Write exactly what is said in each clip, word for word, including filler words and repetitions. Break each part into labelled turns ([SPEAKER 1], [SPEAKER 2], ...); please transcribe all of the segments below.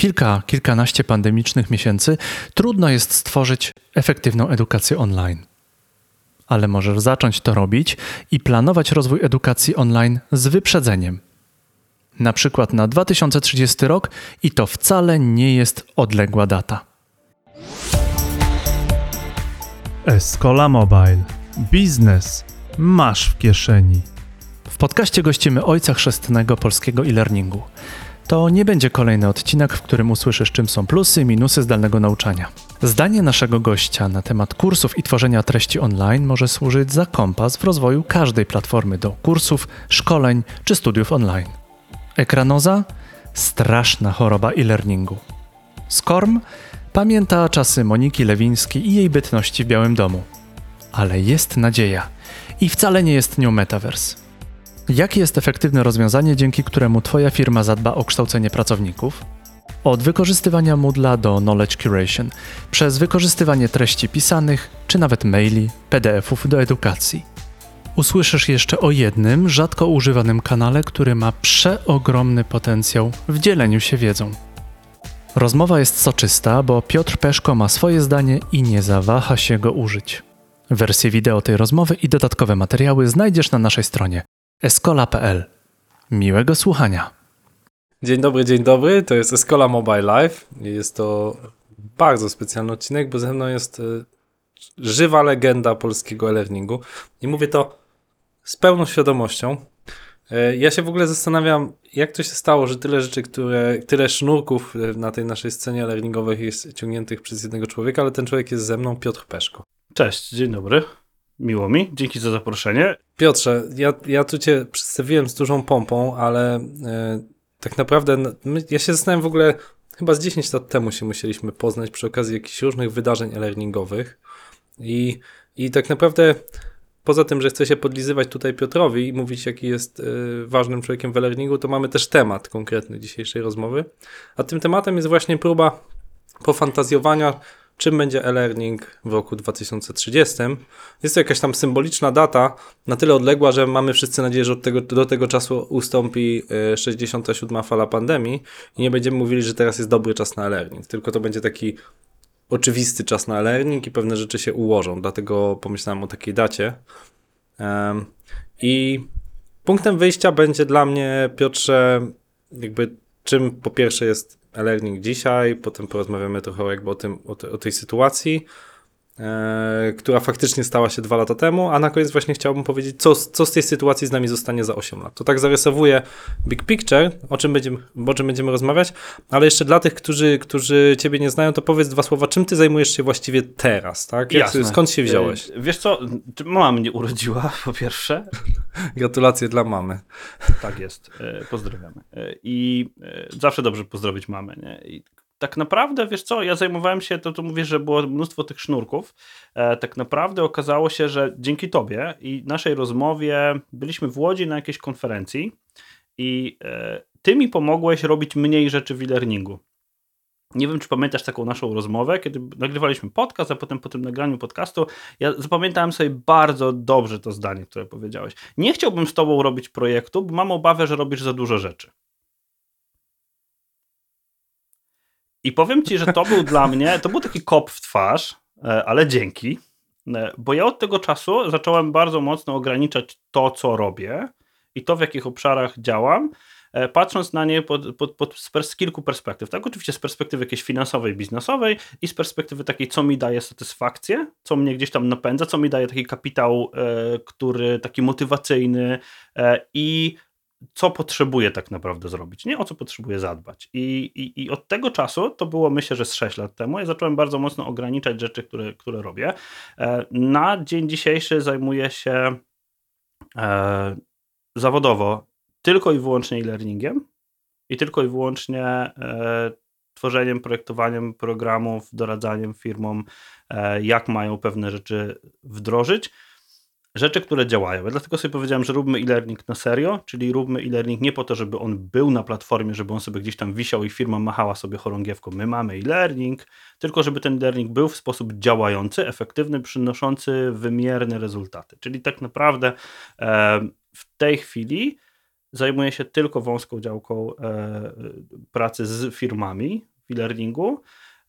[SPEAKER 1] kilka, kilkanaście pandemicznych miesięcy trudno jest stworzyć efektywną edukację online. Ale możesz zacząć to robić i planować rozwój edukacji online z wyprzedzeniem. Na przykład na dwa tysiące trzydziesty rok i to wcale nie jest odległa data.
[SPEAKER 2] Escola Mobile. Biznes masz w kieszeni.
[SPEAKER 1] W podcaście gościmy ojca chrzestnego polskiego e-learningu. To nie będzie kolejny odcinek, w którym usłyszysz, czym są plusy i minusy zdalnego nauczania. Zdanie naszego gościa na temat kursów i tworzenia treści online może służyć za kompas w rozwoju każdej platformy do kursów, szkoleń czy studiów online. Ekranoza? Straszna choroba e-learningu. SCORM? Pamięta czasy Moniki Lewińskiej i jej bytności w Białym Domu. Ale jest nadzieja. I wcale nie jest nią Metaverse. Jakie jest efektywne rozwiązanie, dzięki któremu Twoja firma zadba o kształcenie pracowników? Od wykorzystywania Moodle'a do Knowledge Curation, przez wykorzystywanie treści pisanych, czy nawet maili, P D F-ów do edukacji. Usłyszysz jeszcze o jednym, rzadko używanym kanale, który ma przeogromny potencjał w dzieleniu się wiedzą. Rozmowa jest soczysta, bo Piotr Peszko ma swoje zdanie i nie zawaha się go użyć. Wersję wideo tej rozmowy i dodatkowe materiały znajdziesz na naszej stronie escola kropka p l. Miłego słuchania.
[SPEAKER 3] Dzień dobry, dzień dobry. To jest Escola Mobile Live. Jest to bardzo specjalny odcinek, bo ze mną jest y, żywa legenda polskiego e-learningu. I mówię to z pełną świadomością. Y, ja się w ogóle zastanawiam, jak to się stało, że tyle rzeczy, które, tyle sznurków na tej naszej scenie e-learningowej jest ciągniętych przez jednego człowieka, ale ten człowiek jest ze mną, Piotr Peszko.
[SPEAKER 4] Cześć, dzień dobry. Miło mi, dzięki za zaproszenie.
[SPEAKER 3] Piotrze, ja, ja tu cię przedstawiłem z dużą pompą, ale e, tak naprawdę my, ja się zastanawiam w ogóle, chyba z dziesięć lat temu się musieliśmy poznać przy okazji jakichś różnych wydarzeń e-learningowych i, i tak naprawdę poza tym, że chcę się podlizywać tutaj Piotrowi i mówić, jaki jest e, ważnym człowiekiem w e-learningu, to mamy też temat konkretny dzisiejszej rozmowy, a tym tematem jest właśnie próba pofantazjowania, czym będzie e-learning w roku dwa tysiące trzydziestym. Jest to jakaś tam symboliczna data, na tyle odległa, że mamy wszyscy nadzieję, że od tego, do tego czasu ustąpi sześćdziesiąta siódma fala pandemii i nie będziemy mówili, że teraz jest dobry czas na e-learning, tylko to będzie taki oczywisty czas na e-learning i pewne rzeczy się ułożą, dlatego pomyślałem o takiej dacie. Um, I punktem wyjścia będzie dla mnie, Piotrze, jakby czym po pierwsze jest e-learning dzisiaj, potem porozmawiamy trochę jakby o, tym, o, te, o tej sytuacji, e, która faktycznie stała się dwa lata temu, a na koniec właśnie chciałbym powiedzieć, co, co z tej sytuacji z nami zostanie za osiem lat. To tak zarysowuję big picture, o czym będziemy, o czym będziemy rozmawiać, ale jeszcze dla tych, którzy, którzy ciebie nie znają, to powiedz dwa słowa, czym ty zajmujesz się właściwie teraz, tak? Jak, skąd się wziąłeś?
[SPEAKER 4] E, wiesz co, mama mnie urodziła, po pierwsze.
[SPEAKER 3] Gratulacje dla mamy.
[SPEAKER 4] Tak jest, e, pozdrawiamy. E, I e, zawsze dobrze pozdrowić mamę, nie? I tak naprawdę, wiesz co, ja zajmowałem się, to tu mówię, że było mnóstwo tych sznurków. E, tak naprawdę okazało się, że dzięki tobie i naszej rozmowie byliśmy w Łodzi na jakiejś konferencji i e, ty mi pomogłeś robić mniej rzeczy w e-learningu. Nie wiem, czy pamiętasz taką naszą rozmowę, kiedy nagrywaliśmy podcast, a potem po tym nagraniu podcastu ja zapamiętałem sobie bardzo dobrze to zdanie, które powiedziałeś. Nie chciałbym z tobą robić projektu, bo mam obawę, że robisz za dużo rzeczy. I powiem ci, że to był dla mnie, to był taki kop w twarz, ale dzięki, bo ja od tego czasu zacząłem bardzo mocno ograniczać to, co robię i to, w jakich obszarach działam, patrząc na nie pod, pod, pod, z kilku perspektyw. Tak, oczywiście z perspektywy jakiejś finansowej, biznesowej i z perspektywy takiej, co mi daje satysfakcję, co mnie gdzieś tam napędza, co mi daje taki kapitał, e, który taki motywacyjny e, i co potrzebuję tak naprawdę zrobić, nie o co potrzebuję zadbać. I, i, i od tego czasu, to było myślę, że z sześć lat temu, ja zacząłem bardzo mocno ograniczać rzeczy, które, które robię. E, na dzień dzisiejszy zajmuję się e, zawodowo tylko i wyłącznie e-learningiem i tylko i wyłącznie e, tworzeniem, projektowaniem programów, doradzaniem firmom, e, jak mają pewne rzeczy wdrożyć. Rzeczy, które działają. Ja dlatego sobie powiedziałem, że róbmy e-learning na serio, czyli róbmy e-learning nie po to, żeby on był na platformie, żeby on sobie gdzieś tam wisiał i firma machała sobie chorągiewką. My mamy e-learning, tylko żeby ten e-learning był w sposób działający, efektywny, przynoszący wymierne rezultaty. Czyli tak naprawdę e, w tej chwili zajmuję się tylko wąską działką e, pracy z firmami, w e-learningu.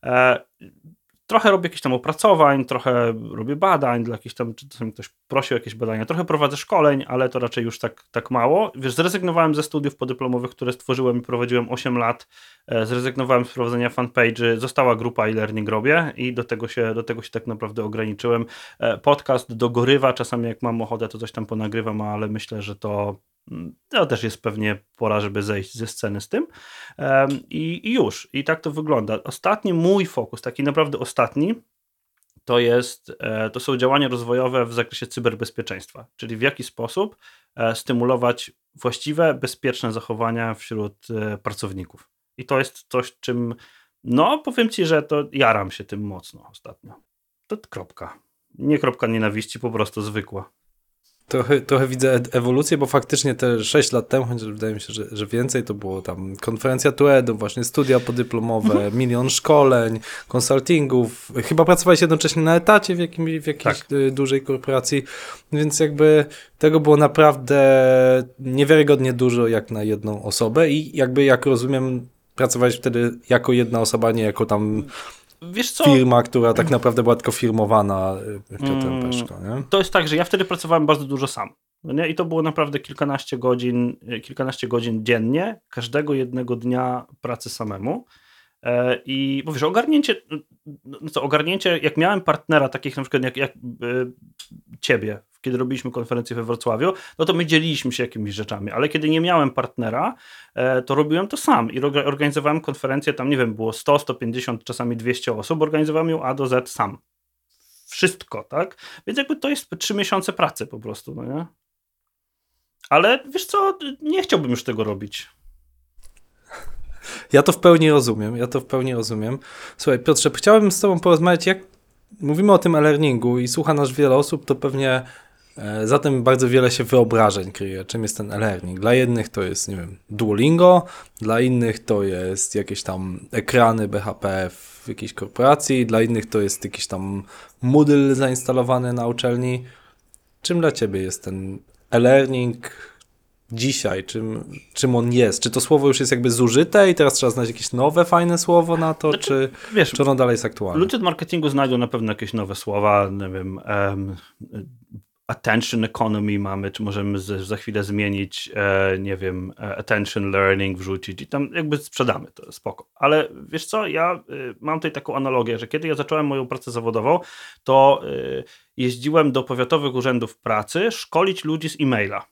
[SPEAKER 4] Trochę robię jakieś tam opracowań, trochę robię badań, dla jakichś tam, czy czasami ktoś prosi o jakieś badania, trochę prowadzę szkoleń, ale to raczej już tak, tak mało. Wiesz, zrezygnowałem ze studiów podyplomowych, które stworzyłem i prowadziłem osiem lat, zrezygnowałem z prowadzenia fanpage'y, została grupa e-learning robię i do tego się, do tego się tak naprawdę ograniczyłem. Podcast dogorywa, czasami jak mam ochotę, to coś tam ponagrywam, ale myślę, że to to też jest pewnie pora, żeby zejść ze sceny z tym. I, i już. I tak to wygląda. Ostatni mój fokus, taki naprawdę ostatni, to jest, to są działania rozwojowe w zakresie cyberbezpieczeństwa, czyli w jaki sposób stymulować właściwe, bezpieczne zachowania wśród pracowników. I to jest coś, czym, no powiem Ci, że to jaram się tym mocno ostatnio. To kropka. Nie kropka nienawiści, po prostu zwykła.
[SPEAKER 3] Trochę, trochę widzę ewolucję, bo faktycznie te sześć lat temu, chociaż wydaje mi się, że, że więcej, to było tam konferencja TUED-u, właśnie studia podyplomowe, mhm. milion szkoleń, konsultingów. Chyba pracowałeś jednocześnie na etacie w, jakim, w jakiejś tak. dużej korporacji, więc jakby tego było naprawdę niewiarygodnie dużo jak na jedną osobę i jakby, jak rozumiem, pracowałeś wtedy jako jedna osoba, nie jako tam...
[SPEAKER 4] Wiesz co?
[SPEAKER 3] Firma, która tak naprawdę była tylko firmowana Piotrem Peszko, nie?
[SPEAKER 4] To jest tak, że ja wtedy pracowałem bardzo dużo sam. No nie? I to było naprawdę kilkanaście godzin, kilkanaście godzin dziennie, każdego jednego dnia pracy samemu. I bo wiesz, ogarnięcie, no co, ogarnięcie, jak miałem partnera, takich na przykład jak, jak ciebie, kiedy robiliśmy konferencję we Wrocławiu, no to my dzieliliśmy się jakimiś rzeczami, ale kiedy nie miałem partnera, to robiłem to sam i organizowałem konferencję, tam nie wiem, było sto, sto pięćdziesiąt, czasami dwieście osób, organizowałem ją A do Z sam. Wszystko, tak? Więc jakby to jest trzy miesiące pracy po prostu, no nie? Ale wiesz co, nie chciałbym już tego robić.
[SPEAKER 3] Ja to w pełni rozumiem, ja to w pełni rozumiem. Słuchaj, Piotrze, chciałbym z tobą porozmawiać, jak mówimy o tym e-learningu i słucha nas wiele osób, to pewnie e, za tym bardzo wiele się wyobrażeń kryje, czym jest ten e-learning. Dla jednych to jest, nie wiem, Duolingo, dla innych to jest jakieś tam ekrany B H P w jakiejś korporacji, dla innych to jest jakiś tam Moodle zainstalowany na uczelni. Czym dla ciebie jest ten e-learning dzisiaj, czym, czym on jest? Czy to słowo już jest jakby zużyte i teraz trzeba znaleźć jakieś nowe, fajne słowo na to, znaczy, czy, wiesz, czy ono dalej jest aktualne?
[SPEAKER 4] Ludzie od marketingu znajdą na pewno jakieś nowe słowa, nie wiem, um, attention economy mamy, czy możemy z, za chwilę zmienić, e, nie wiem, attention learning wrzucić i tam jakby sprzedamy, to spoko. Ale wiesz co, ja y, mam tutaj taką analogię, że kiedy ja zacząłem moją pracę zawodową, to y, jeździłem do powiatowych urzędów pracy szkolić ludzi z e-maila.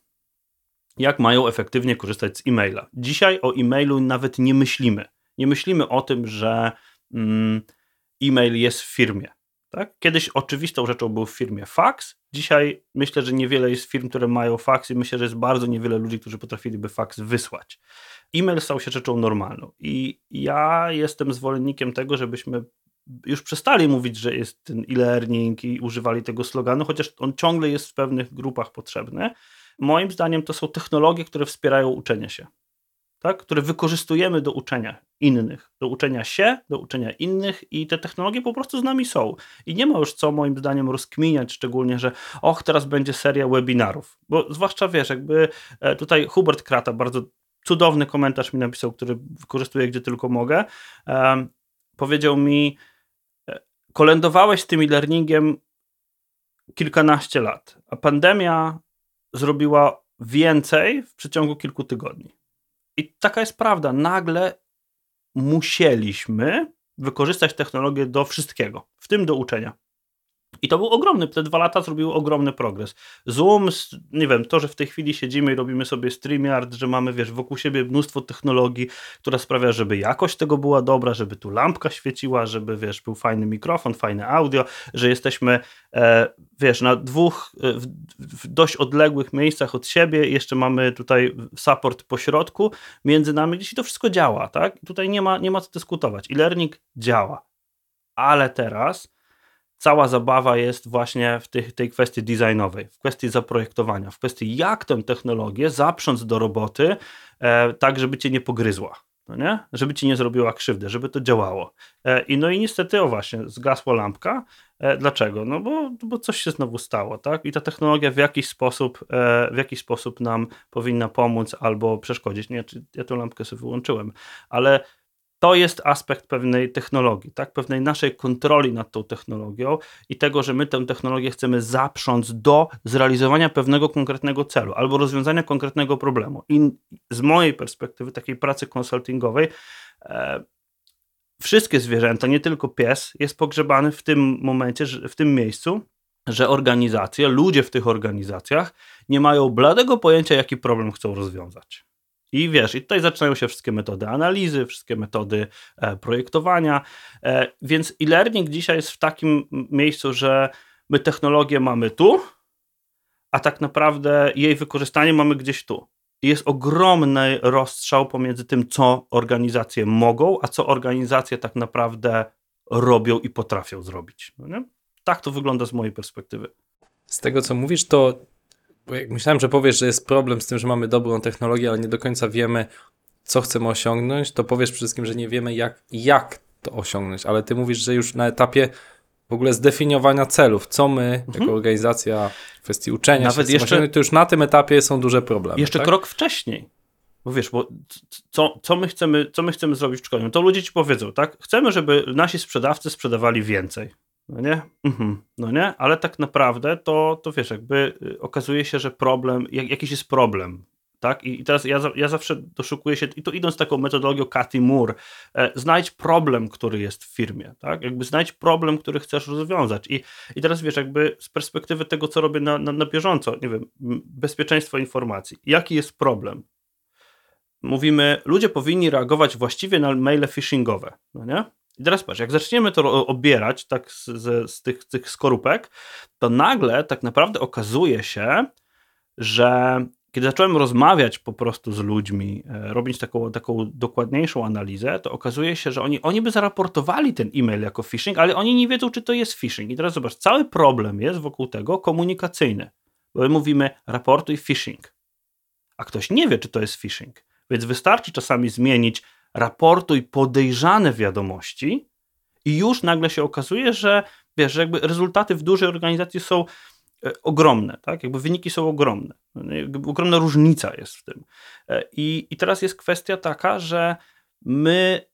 [SPEAKER 4] Jak mają efektywnie korzystać z e-maila. Dzisiaj o e-mailu nawet nie myślimy. Nie myślimy o tym, że mm, e-mail jest w firmie. Tak? Kiedyś oczywistą rzeczą był w firmie faks. Dzisiaj myślę, że niewiele jest firm, które mają faks i myślę, że jest bardzo niewiele ludzi, którzy potrafiliby faks wysłać. E-mail stał się rzeczą normalną i ja jestem zwolennikiem tego, żebyśmy już przestali mówić, że jest ten e-learning i używali tego sloganu, chociaż on ciągle jest w pewnych grupach potrzebny. Moim zdaniem to są technologie, które wspierają uczenie się, tak? Które wykorzystujemy do uczenia innych, do uczenia się, do uczenia innych i te technologie po prostu z nami są. I nie ma już co moim zdaniem rozkminiać, szczególnie, że och, teraz będzie seria webinarów, bo zwłaszcza wiesz, jakby tutaj Hubert Krata, bardzo cudowny komentarz mi napisał, który wykorzystuję gdzie tylko mogę, um, powiedział mi, kolędowałeś z tym e-learningiem kilkanaście lat, a pandemia zrobiła więcej w przeciągu kilku tygodni. I taka jest prawda. Nagle musieliśmy wykorzystać technologię do wszystkiego, w tym do uczenia. I to był ogromny, te dwa lata zrobiły ogromny progres. Zoom, nie wiem, to, że w tej chwili siedzimy i robimy sobie StreamYard, że mamy, wiesz, wokół siebie mnóstwo technologii, która sprawia, żeby jakość tego była dobra, żeby tu lampka świeciła, żeby, wiesz, był fajny mikrofon, fajne audio, że jesteśmy, e, wiesz, na dwóch e, w, w dość odległych miejscach od siebie, jeszcze mamy tutaj support po środku, między nami, gdzieś to wszystko działa, tak? I tutaj nie ma, nie ma co dyskutować. E-learning działa. Ale teraz cała zabawa jest właśnie w tej, tej kwestii designowej, w kwestii zaprojektowania, w kwestii jak tę technologię zaprząc do roboty e, tak, żeby cię nie pogryzła, no nie? Żeby ci nie zrobiła krzywdy, żeby to działało. E, I no i niestety, o właśnie, zgasła lampka. E, dlaczego? No bo, bo coś się znowu stało, tak? I ta technologia w jakiś sposób, e, w jakiś sposób nam powinna pomóc albo przeszkodzić. Nie, ja tę lampkę sobie wyłączyłem, ale to jest aspekt pewnej technologii, tak? Pewnej naszej kontroli nad tą technologią i tego, że my tę technologię chcemy zaprząc do zrealizowania pewnego konkretnego celu albo rozwiązania konkretnego problemu. I z mojej perspektywy, takiej pracy konsultingowej, e, wszystkie zwierzęta, nie tylko pies, jest pogrzebany w tym momencie, że, w tym miejscu, że organizacje, ludzie w tych organizacjach nie mają bladego pojęcia, jaki problem chcą rozwiązać. I wiesz, i tutaj zaczynają się wszystkie metody analizy, wszystkie metody e, projektowania, e, więc e-learning dzisiaj jest w takim miejscu, że my technologię mamy tu, a tak naprawdę jej wykorzystanie mamy gdzieś tu. I jest ogromny rozstrzał pomiędzy tym, co organizacje mogą, a co organizacje tak naprawdę robią i potrafią zrobić. No nie? Tak to wygląda z mojej perspektywy.
[SPEAKER 3] Z tego, co mówisz, to bo jak myślałem, że powiesz, że jest problem z tym, że mamy dobrą technologię, ale nie do końca wiemy, co chcemy osiągnąć, to powiesz przede wszystkim, że nie wiemy, jak, jak to osiągnąć, ale ty mówisz, że już na etapie w ogóle zdefiniowania celów, co my mhm. jako organizacja w kwestii uczenia
[SPEAKER 4] Nawet
[SPEAKER 3] się
[SPEAKER 4] jeszcze,
[SPEAKER 3] osiągnąć, to już na tym etapie są duże problemy.
[SPEAKER 4] Jeszcze
[SPEAKER 3] tak?
[SPEAKER 4] krok wcześniej. Bo wiesz, bo co, co, my chcemy, co my chcemy zrobić w szkoleniu? To ludzie ci powiedzą, tak? Chcemy, żeby nasi sprzedawcy sprzedawali więcej. No nie? Mhm. No nie? Ale tak naprawdę to, to wiesz, jakby okazuje się, że problem, jak, jakiś jest problem, tak? I, i teraz ja, ja zawsze doszukuję się, i to idąc taką metodologią Cathy Moore, e, znajdź problem, który jest w firmie, tak? Jakby znajdź problem, który chcesz rozwiązać. I, i teraz wiesz, jakby z perspektywy tego, co robię na, na, na bieżąco, nie wiem, bezpieczeństwo informacji. Jaki jest problem? Mówimy, ludzie powinni reagować właściwie na maile phishingowe, no nie? I teraz patrz, jak zaczniemy to obierać tak z, z, z tych, tych skorupek, to nagle tak naprawdę okazuje się, że kiedy zacząłem rozmawiać po prostu z ludźmi, e, robić taką, taką dokładniejszą analizę, to okazuje się, że oni, oni by zaraportowali ten e-mail jako phishing, ale oni nie wiedzą, czy to jest phishing. I teraz zobacz, cały problem jest wokół tego komunikacyjny, bo my mówimy raportuj phishing, a ktoś nie wie, czy to jest phishing. Więc wystarczy czasami zmienić raportuj podejrzane wiadomości i już nagle się okazuje, że wiesz, że jakby rezultaty w dużej organizacji są e, ogromne, tak? Jakby wyniki są ogromne. Jakby ogromna różnica jest w tym. E, i, I teraz jest kwestia taka, że my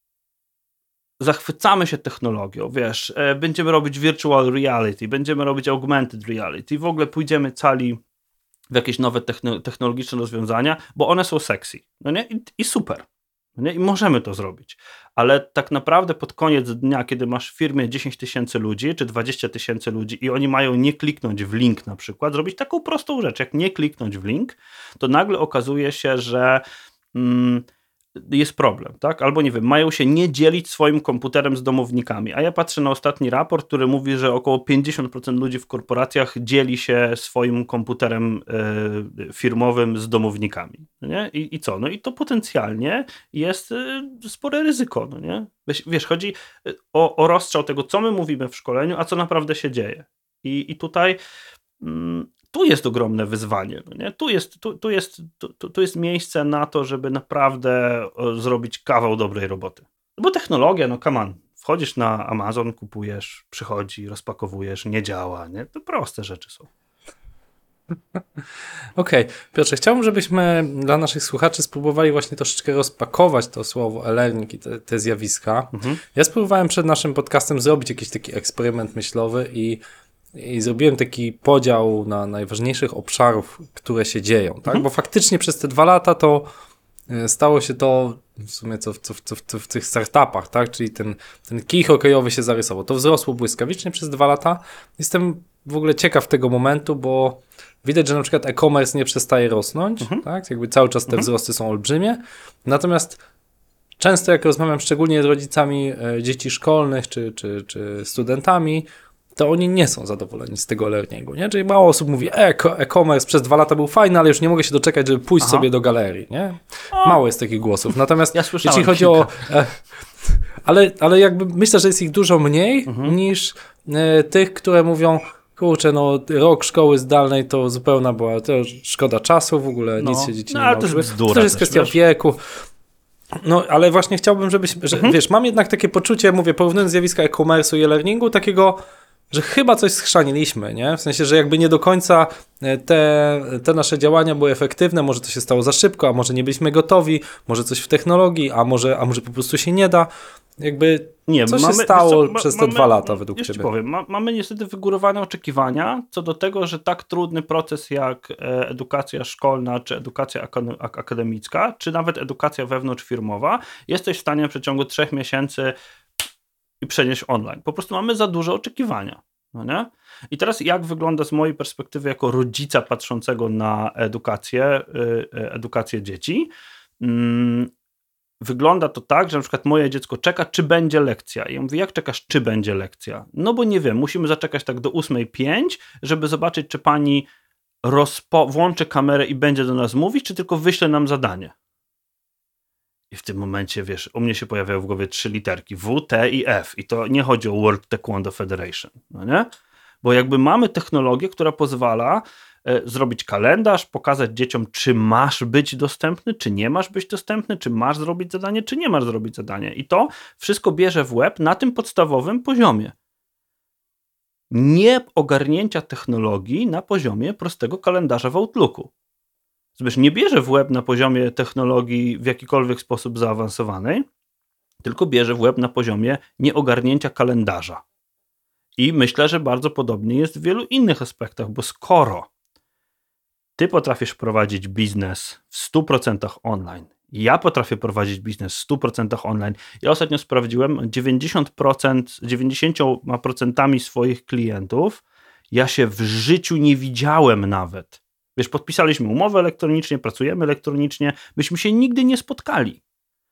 [SPEAKER 4] zachwycamy się technologią, wiesz, e, będziemy robić virtual reality, będziemy robić augmented reality, w ogóle pójdziemy cali w jakieś nowe technologiczne rozwiązania, bo one są sexy, no nie? I, i super. Nie? I możemy to zrobić, ale tak naprawdę pod koniec dnia, kiedy masz w firmie dziesięć tysięcy ludzi, czy dwadzieścia tysięcy ludzi i oni mają nie kliknąć w link na przykład, zrobić taką prostą rzecz, jak nie kliknąć w link, to nagle okazuje się, że mm, jest problem, tak? Albo nie wiem, mają się nie dzielić swoim komputerem z domownikami, a ja patrzę na ostatni raport, który mówi, że około pięćdziesiąt procent ludzi w korporacjach dzieli się swoim komputerem y, firmowym z domownikami, nie? I, I co? No i to potencjalnie jest y, spore ryzyko, no nie? Wiesz, wiesz chodzi o, o rozstrzał tego, co my mówimy w szkoleniu, a co naprawdę się dzieje. I, i tutaj mm, tu jest ogromne wyzwanie. No nie? Tu, jest, tu, tu, jest, tu, tu jest miejsce na to, żeby naprawdę zrobić kawał dobrej roboty. Bo technologia, no come on, wchodzisz na Amazon, kupujesz, przychodzi, rozpakowujesz, nie działa. Nie? To proste rzeczy są.
[SPEAKER 3] Okej, okay. Piotrze, chciałbym, żebyśmy dla naszych słuchaczy spróbowali właśnie troszeczkę rozpakować to słowo e-learning i te, te zjawiska. Mhm. Ja spróbowałem przed naszym podcastem zrobić jakiś taki eksperyment myślowy i I zrobiłem taki podział na najważniejszych obszarów, które się dzieją, tak? Mhm. Bo faktycznie przez te dwa lata to stało się to w sumie co, co, co, co w tych startupach, tak? Czyli ten, ten kij hokejowy się zarysował. To wzrosło błyskawicznie przez dwa lata. Jestem w ogóle ciekaw tego momentu, bo widać, że na przykład e-commerce nie przestaje rosnąć, mhm. tak? Jakby cały czas te mhm. wzrosty są olbrzymie. Natomiast często jak rozmawiam szczególnie z rodzicami e, dzieci szkolnych czy, czy, czy studentami, to oni nie są zadowoleni z tego e-learningu, nie? Czyli mało osób mówi, e, e-commerce przez dwa lata był fajny, ale już nie mogę się doczekać, żeby pójść Aha. sobie do galerii, nie? Mało jest takich głosów. Natomiast
[SPEAKER 4] ja
[SPEAKER 3] jeśli chodzi kilka. o... E, ale, ale jakby myślę, że jest ich dużo mniej mhm. niż e, tych, które mówią, kurczę, no rok szkoły zdalnej to zupełna była, to szkoda czasu w ogóle, no. nic się dzieci
[SPEAKER 4] no,
[SPEAKER 3] nie
[SPEAKER 4] ale
[SPEAKER 3] nauczyły.
[SPEAKER 4] To jest bzdura
[SPEAKER 3] to jest
[SPEAKER 4] też,
[SPEAKER 3] kwestia
[SPEAKER 4] wiesz?
[SPEAKER 3] wieku. No, ale właśnie chciałbym, żebyś, że, mhm. wiesz, mam jednak takie poczucie, mówię, porównując zjawiska e-commerce'u i e-learningu, takiego że chyba coś schrzaniliśmy, nie? W sensie, że jakby nie do końca te, te nasze działania były efektywne, może to się stało za szybko, a może nie byliśmy gotowi, może coś w technologii, a może, a może po prostu się nie da. Jakby
[SPEAKER 4] nie,
[SPEAKER 3] co
[SPEAKER 4] mamy,
[SPEAKER 3] się stało
[SPEAKER 4] co, ma,
[SPEAKER 3] przez te
[SPEAKER 4] mamy,
[SPEAKER 3] dwa lata według
[SPEAKER 4] już
[SPEAKER 3] ciebie?
[SPEAKER 4] Ci powiem, ma, mamy niestety wygórowane oczekiwania co do tego, że tak trudny proces jak edukacja szkolna, czy edukacja akademicka, czy nawet edukacja wewnątrzfirmowa, jesteś w stanie w przeciągu trzech miesięcy i przenieść online. Po prostu mamy za duże oczekiwania. No nie? I teraz jak wygląda z mojej perspektywy jako rodzica patrzącego na edukację, edukację dzieci? Wygląda to tak, że na przykład moje dziecko czeka, czy będzie lekcja. I ja mówię, jak czekasz, czy będzie lekcja? No bo nie wiem, musimy zaczekać tak do ósmej pięć, żeby zobaczyć, czy pani rozpo- włączy kamerę i będzie do nas mówić, czy tylko wyśle nam zadanie. I w tym momencie, wiesz, u mnie się pojawiają w głowie trzy literki W, T i F. I to nie chodzi o World Taekwondo Federation, no nie? Bo jakby mamy technologię, która pozwala e, zrobić kalendarz, pokazać dzieciom, czy masz być dostępny, czy nie masz być dostępny, czy masz zrobić zadanie, czy nie masz zrobić zadanie. I to wszystko bierze w łeb na tym podstawowym poziomie. Nie ogarnięcia technologii na poziomie prostego kalendarza w Outlooku. Zbysz nie bierze w łeb na poziomie technologii w jakikolwiek sposób zaawansowanej, tylko bierze w łeb na poziomie nieogarnięcia kalendarza. I myślę, że bardzo podobnie jest w wielu innych aspektach, bo skoro ty potrafisz prowadzić biznes w stu procentach online, ja potrafię prowadzić biznes w stu procentach online, ja ostatnio sprawdziłem, dziewięćdziesiąt procent, dziewięćdziesiąt procent swoich klientów ja się w życiu nie widziałem nawet. Wiesz, podpisaliśmy umowę elektronicznie, pracujemy elektronicznie, myśmy się nigdy nie spotkali.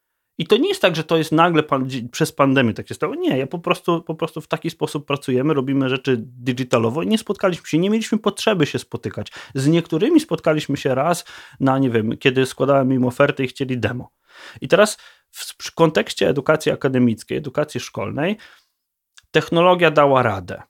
[SPEAKER 4] I to nie jest tak, że to jest nagle pan, przez pandemię tak się stało. Nie, ja po prostu, po prostu w taki sposób pracujemy, robimy rzeczy digitalowo i nie spotkaliśmy się, nie mieliśmy potrzeby się spotykać. Z niektórymi spotkaliśmy się raz na, nie wiem, kiedy składałem im ofertę i chcieli demo. I teraz w, w kontekście edukacji akademickiej, edukacji szkolnej, technologia dała radę.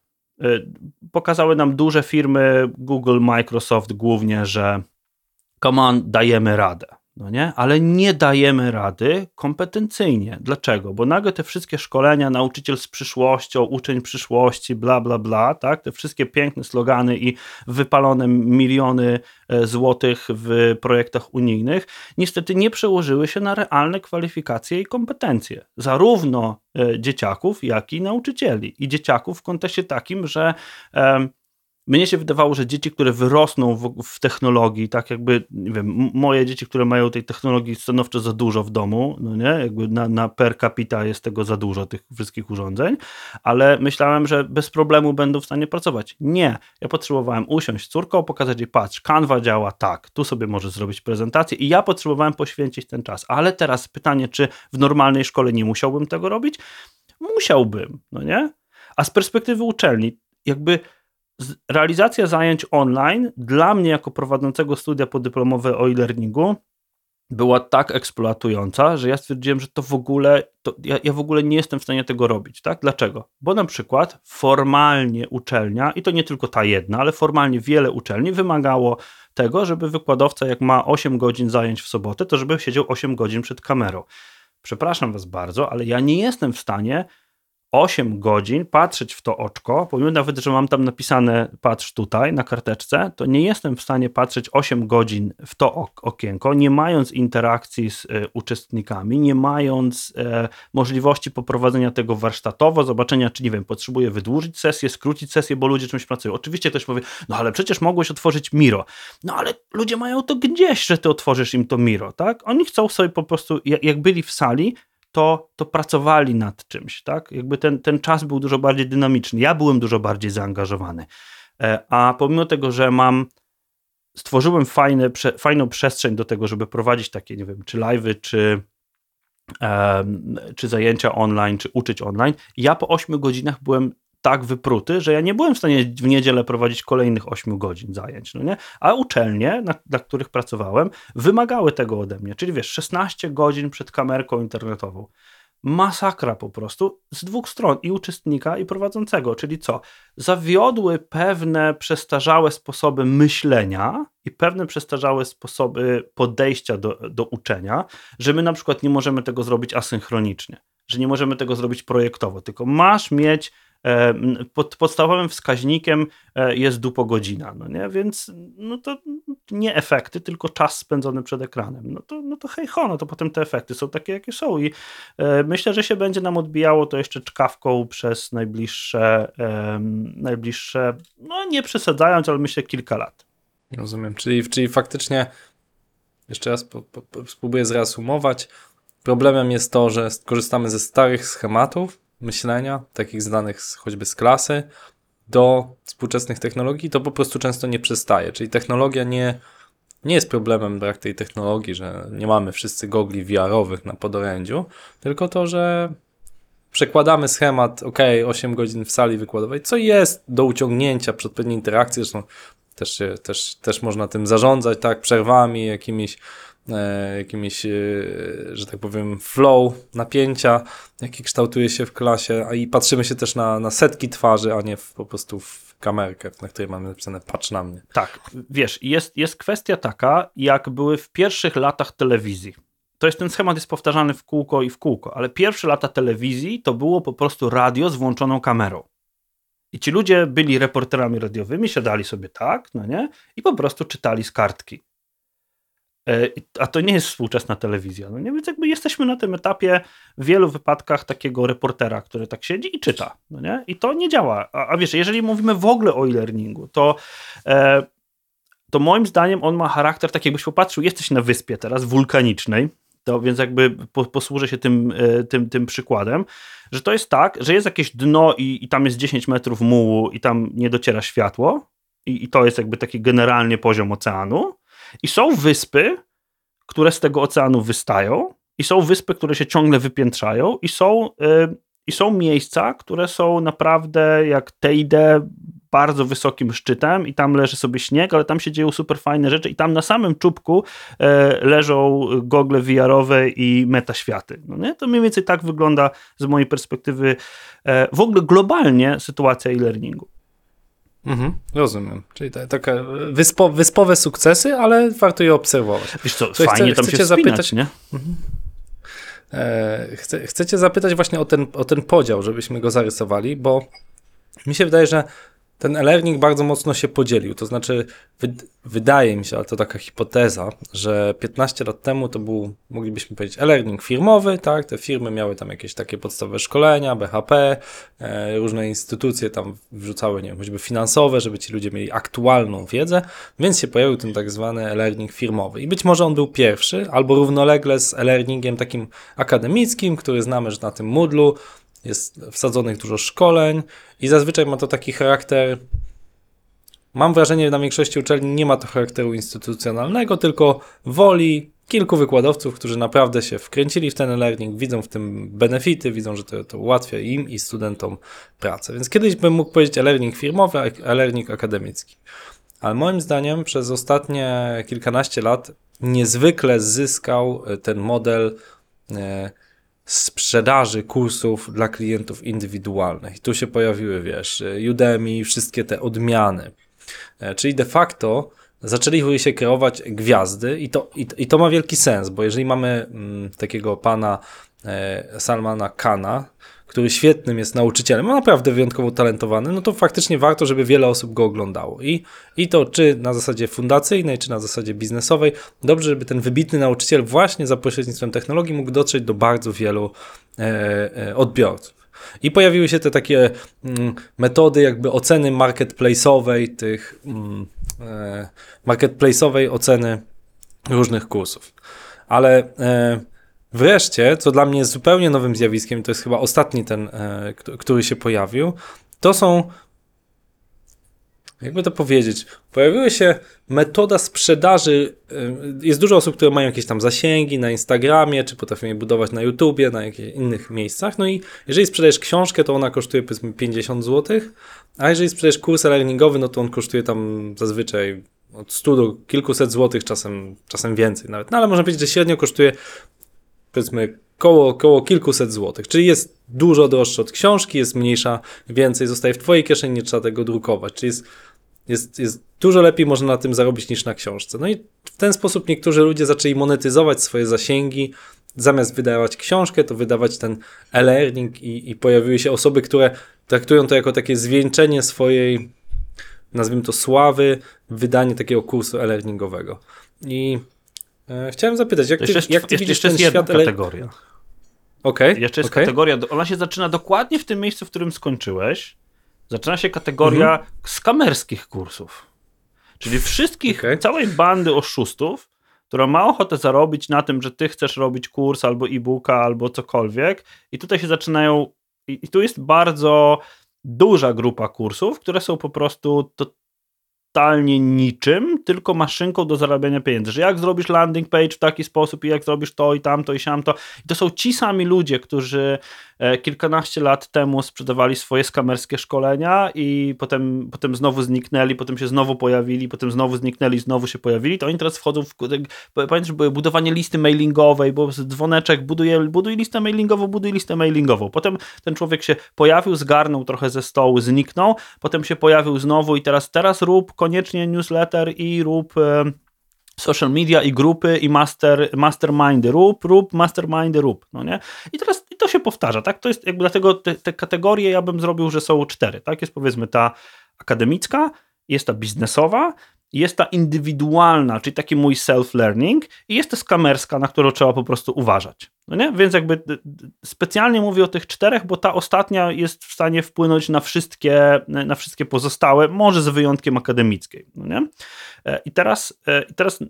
[SPEAKER 4] Pokazały nam duże firmy, Google, Microsoft głównie, że come on, dajemy radę. No nie? Ale nie dajemy rady kompetencyjnie. Dlaczego? Bo nagle te wszystkie szkolenia, nauczyciel z przyszłością, uczeń przyszłości, bla, bla, bla, tak? Te wszystkie piękne slogany i wypalone miliony złotych w projektach unijnych niestety nie przełożyły się na realne kwalifikacje i kompetencje. Zarówno dzieciaków, jak i nauczycieli. I dzieciaków w kontekście takim, że um, mnie się wydawało, że dzieci, które wyrosną w, w technologii, tak jakby, nie wiem, moje dzieci, które mają tej technologii stanowczo za dużo w domu, no nie, jakby na, na per capita jest tego za dużo, tych wszystkich urządzeń, ale myślałem, że bez problemu będą w stanie pracować. Nie, ja potrzebowałem usiąść z córką, pokazać jej, patrz, Canva działa tak, tu sobie możesz zrobić prezentację i ja potrzebowałem poświęcić ten czas. Ale teraz pytanie, czy w normalnej szkole nie musiałbym tego robić? Musiałbym, no nie? A z perspektywy uczelni, jakby realizacja zajęć online dla mnie jako prowadzącego studia podyplomowe o e-learningu była tak eksploatująca, że ja stwierdziłem, że to w ogóle, to ja, ja w ogóle nie jestem w stanie tego robić. Tak? Dlaczego? Bo na przykład formalnie uczelnia, i to nie tylko ta jedna, ale formalnie wiele uczelni wymagało tego, żeby wykładowca jak ma osiem godzin zajęć w sobotę, to żeby siedział osiem godzin przed kamerą. Przepraszam was bardzo, ale ja nie jestem w stanie osiem godzin patrzeć w to oczko, pomimo nawet, że mam tam napisane patrz tutaj na karteczce, to nie jestem w stanie patrzeć osiem godzin w to ok- okienko, nie mając interakcji z e, uczestnikami, nie mając e, możliwości poprowadzenia tego warsztatowo, zobaczenia, czy nie wiem, potrzebuję wydłużyć sesję, skrócić sesję, bo ludzie czymś pracują. Oczywiście ktoś powie, no ale przecież mogłeś otworzyć Miro. No ale ludzie mają to gdzieś, że ty otworzysz im to Miro, tak? Oni chcą sobie po prostu, jak, jak byli w sali, To, to pracowali nad czymś, tak? Jakby ten, ten czas był dużo bardziej dynamiczny. Ja byłem dużo bardziej zaangażowany. A pomimo tego, że mam, stworzyłem fajne, prze, fajną przestrzeń do tego, żeby prowadzić takie, nie wiem, czy live'y, czy, um, czy zajęcia online, czy uczyć online, ja po ośmiu godzinach byłem tak wypruty, że ja nie byłem w stanie w niedzielę prowadzić kolejnych ośmiu godzin zajęć, no nie? A uczelnie, na, na których pracowałem, wymagały tego ode mnie, czyli wiesz, szesnaście godzin przed kamerką internetową. Masakra po prostu z dwóch stron, i uczestnika, i prowadzącego, czyli co? Zawiodły pewne przestarzałe sposoby myślenia i pewne przestarzałe sposoby podejścia do, do uczenia, że my na przykład nie możemy tego zrobić asynchronicznie, że nie możemy tego zrobić projektowo, tylko masz mieć Pod, podstawowym wskaźnikiem jest dupogodzina, no nie? Więc no to nie efekty, tylko czas spędzony przed ekranem. No to, no to hej ho, no to potem te efekty są takie, jakie są i e, myślę, że się będzie nam odbijało to jeszcze czkawką przez najbliższe, e, najbliższe, no nie przesadzając, ale myślę kilka lat.
[SPEAKER 3] Rozumiem, czyli, czyli faktycznie jeszcze raz po, po, po, spróbuję zreasumować. Problemem jest to, że korzystamy ze starych schematów myślenia, takich znanych z, choćby z klasy, do współczesnych technologii, to po prostu często nie przystaje. Czyli technologia nie, nie jest problemem, brak tej technologii, że nie mamy wszyscy gogli V R-owych na podorędziu, tylko to, że przekładamy schemat, ok, osiem godzin w sali wykładowej, co jest do uciągnięcia przed odpowiedniej interakcji, zresztą też, się, też, też można tym zarządzać, tak, przerwami, jakimiś E, jakimiś, e, że tak powiem, flow napięcia, jaki kształtuje się w klasie, a i patrzymy się też na, na setki twarzy, a nie w, po prostu w kamerkę, na której mamy napisane patrz na mnie.
[SPEAKER 4] Tak, wiesz, jest, jest kwestia taka, jak były w pierwszych latach telewizji. To jest ten schemat jest powtarzany w kółko i w kółko, ale pierwsze lata telewizji to było po prostu radio z włączoną kamerą. I ci ludzie byli reporterami radiowymi, siadali sobie tak, no nie? I po prostu czytali z kartki. A to nie jest współczesna telewizja. No nie? Więc jakby jesteśmy na tym etapie w wielu wypadkach takiego reportera, który tak siedzi i czyta. No nie? I to nie działa. A, a wiesz, jeżeli mówimy w ogóle o e-learningu, to, e, to moim zdaniem on ma charakter, tak jakbyś popatrzył, jesteś na wyspie teraz wulkanicznej, to więc jakby po, posłużę się tym, e, tym, tym przykładem, że to jest tak, że jest jakieś dno i, i tam jest dziesięć metrów mułu i tam nie dociera światło i, i to jest jakby taki generalnie poziom oceanu. I są wyspy, które z tego oceanu wystają, i są wyspy, które się ciągle wypiętrzają, i są, yy, i są miejsca, które są naprawdę jak Teide, bardzo wysokim szczytem, i tam leży sobie śnieg, ale tam się dzieją super fajne rzeczy, i tam na samym czubku yy, leżą gogle V R-owe i metaświaty. No nie? To mniej więcej tak wygląda z mojej perspektywy yy, w ogóle globalnie sytuacja e-learningu.
[SPEAKER 3] Mhm, rozumiem. Czyli ta, taka wyspo, wyspowe sukcesy, ale warto je obserwować.
[SPEAKER 4] Wiesz co,
[SPEAKER 3] Czyli
[SPEAKER 4] fajnie
[SPEAKER 3] chcę,
[SPEAKER 4] tam się
[SPEAKER 3] chcecie
[SPEAKER 4] wspinać,
[SPEAKER 3] zapytać,
[SPEAKER 4] nie?
[SPEAKER 3] Mhm. E, chcę, chcecie zapytać właśnie o ten, o ten podział, żebyśmy go zarysowali, bo mi się wydaje, że ten e-learning bardzo mocno się podzielił. To znaczy, wy, wydaje mi się, ale to taka hipoteza, że piętnaście lat temu to był, moglibyśmy powiedzieć, e-learning firmowy, tak? Te firmy miały tam jakieś takie podstawowe szkolenia, B H P, e, różne instytucje tam wrzucały, nie wiem, choćby finansowe, żeby ci ludzie mieli aktualną wiedzę, więc się pojawił ten tak zwany e-learning firmowy. I być może on był pierwszy, albo równolegle z e-learningiem takim akademickim, który znamy, że na tym Moodle'u jest wsadzonych dużo szkoleń i zazwyczaj ma to taki charakter, mam wrażenie, że na większości uczelni nie ma to charakteru instytucjonalnego, tylko woli kilku wykładowców, którzy naprawdę się wkręcili w ten e-learning, widzą w tym benefity, widzą, że to, to ułatwia im i studentom pracę. Więc kiedyś bym mógł powiedzieć e-learning firmowy, e-learning akademicki. Ale moim zdaniem przez ostatnie kilkanaście lat niezwykle zyskał ten model e, sprzedaży kursów dla klientów indywidualnych. I tu się pojawiły, wiesz, Udemy, wszystkie te odmiany. Czyli de facto zaczęli się kreować gwiazdy i to, i, i to ma wielki sens, bo jeżeli mamy mm, takiego pana e, Salmana Khana, który świetnym jest nauczycielem, no naprawdę wyjątkowo talentowany, no to faktycznie warto, żeby wiele osób go oglądało. I, i to czy na zasadzie fundacyjnej, czy na zasadzie biznesowej, dobrze, żeby ten wybitny nauczyciel właśnie za pośrednictwem technologii mógł dotrzeć do bardzo wielu e, e, odbiorców. I pojawiły się te takie mm, metody jakby oceny marketplace'owej, tych mm, e, marketplace'owej oceny różnych kursów. Ale e, wreszcie, co dla mnie jest zupełnie nowym zjawiskiem, to jest chyba ostatni ten, e, który się pojawił, to są, jakby to powiedzieć, pojawiła się metoda sprzedaży, e, jest dużo osób, które mają jakieś tam zasięgi na Instagramie, czy potrafią je budować na YouTubie, na jakichś innych miejscach, no i jeżeli sprzedajesz książkę, to ona kosztuje powiedzmy pięćdziesiąt złotych, a jeżeli sprzedajesz kurs e-learningowy, no to on kosztuje tam zazwyczaj od stu do kilkuset złotych, czasem, czasem więcej nawet, no ale można powiedzieć, że średnio kosztuje powiedzmy koło, koło kilkuset złotych, czyli jest dużo droższe od książki, jest mniejsza, więcej zostaje w twojej kieszeni, nie trzeba tego drukować, czyli jest, jest, jest dużo lepiej można na tym zarobić niż na książce. No i w ten sposób niektórzy ludzie zaczęli monetyzować swoje zasięgi, zamiast wydawać książkę, to wydawać ten e-learning i, i pojawiły się osoby, które traktują to jako takie zwieńczenie swojej, nazwijmy to, sławy, wydanie takiego kursu e-learningowego. I e, chciałem zapytać, jak ty,
[SPEAKER 4] jeszcze jest,
[SPEAKER 3] jak ty
[SPEAKER 4] jeszcze,
[SPEAKER 3] widzisz
[SPEAKER 4] jeszcze
[SPEAKER 3] ten
[SPEAKER 4] jest jedna
[SPEAKER 3] świat ele-
[SPEAKER 4] kategoria.
[SPEAKER 3] Okay,
[SPEAKER 4] Jeszcze jest
[SPEAKER 3] okay.
[SPEAKER 4] kategoria, ona się zaczyna dokładnie w tym miejscu, w którym skończyłeś. Zaczyna się kategoria mhm. skamerskich kursów. Czyli wszystkich, okay. całej bandy oszustów, która ma ochotę zarobić na tym, że ty chcesz robić kurs albo e-booka, albo cokolwiek. I tutaj się zaczynają, i, i tu jest bardzo duża grupa kursów, które są po prostu totalnie niczym, tylko maszynką do zarabiania pieniędzy. Że jak zrobisz landing page w taki sposób i jak zrobisz to i tamto i siamto. I to są ci sami ludzie, którzy e, kilkanaście lat temu sprzedawali swoje skamerskie szkolenia i potem, potem znowu zniknęli, potem się znowu pojawili, potem znowu zniknęli, znowu się pojawili. To oni teraz wchodzą w... Pamiętasz, było budowanie listy mailingowej, bo dzwoneczek, buduje, buduj listę mailingową, buduj listę mailingową. Potem ten człowiek się pojawił, zgarnął trochę ze stołu, zniknął, potem się pojawił znowu i teraz, teraz rób koniecznie newsletter i rób e, social media i grupy i master, mastermindy, rób, rób, mastermindy, rób, no nie? I teraz i to się powtarza, tak? To jest jakby dlatego te, te kategorie ja bym zrobił, że są cztery, tak? Jest powiedzmy ta akademicka, jest ta biznesowa, jest ta indywidualna, czyli taki mój self-learning i jest ta skamerska, na którą trzeba po prostu uważać. No nie? Więc jakby specjalnie mówię o tych czterech, bo ta ostatnia jest w stanie wpłynąć na wszystkie, na wszystkie pozostałe, może z wyjątkiem akademickiej. No nie? I teraz, i teraz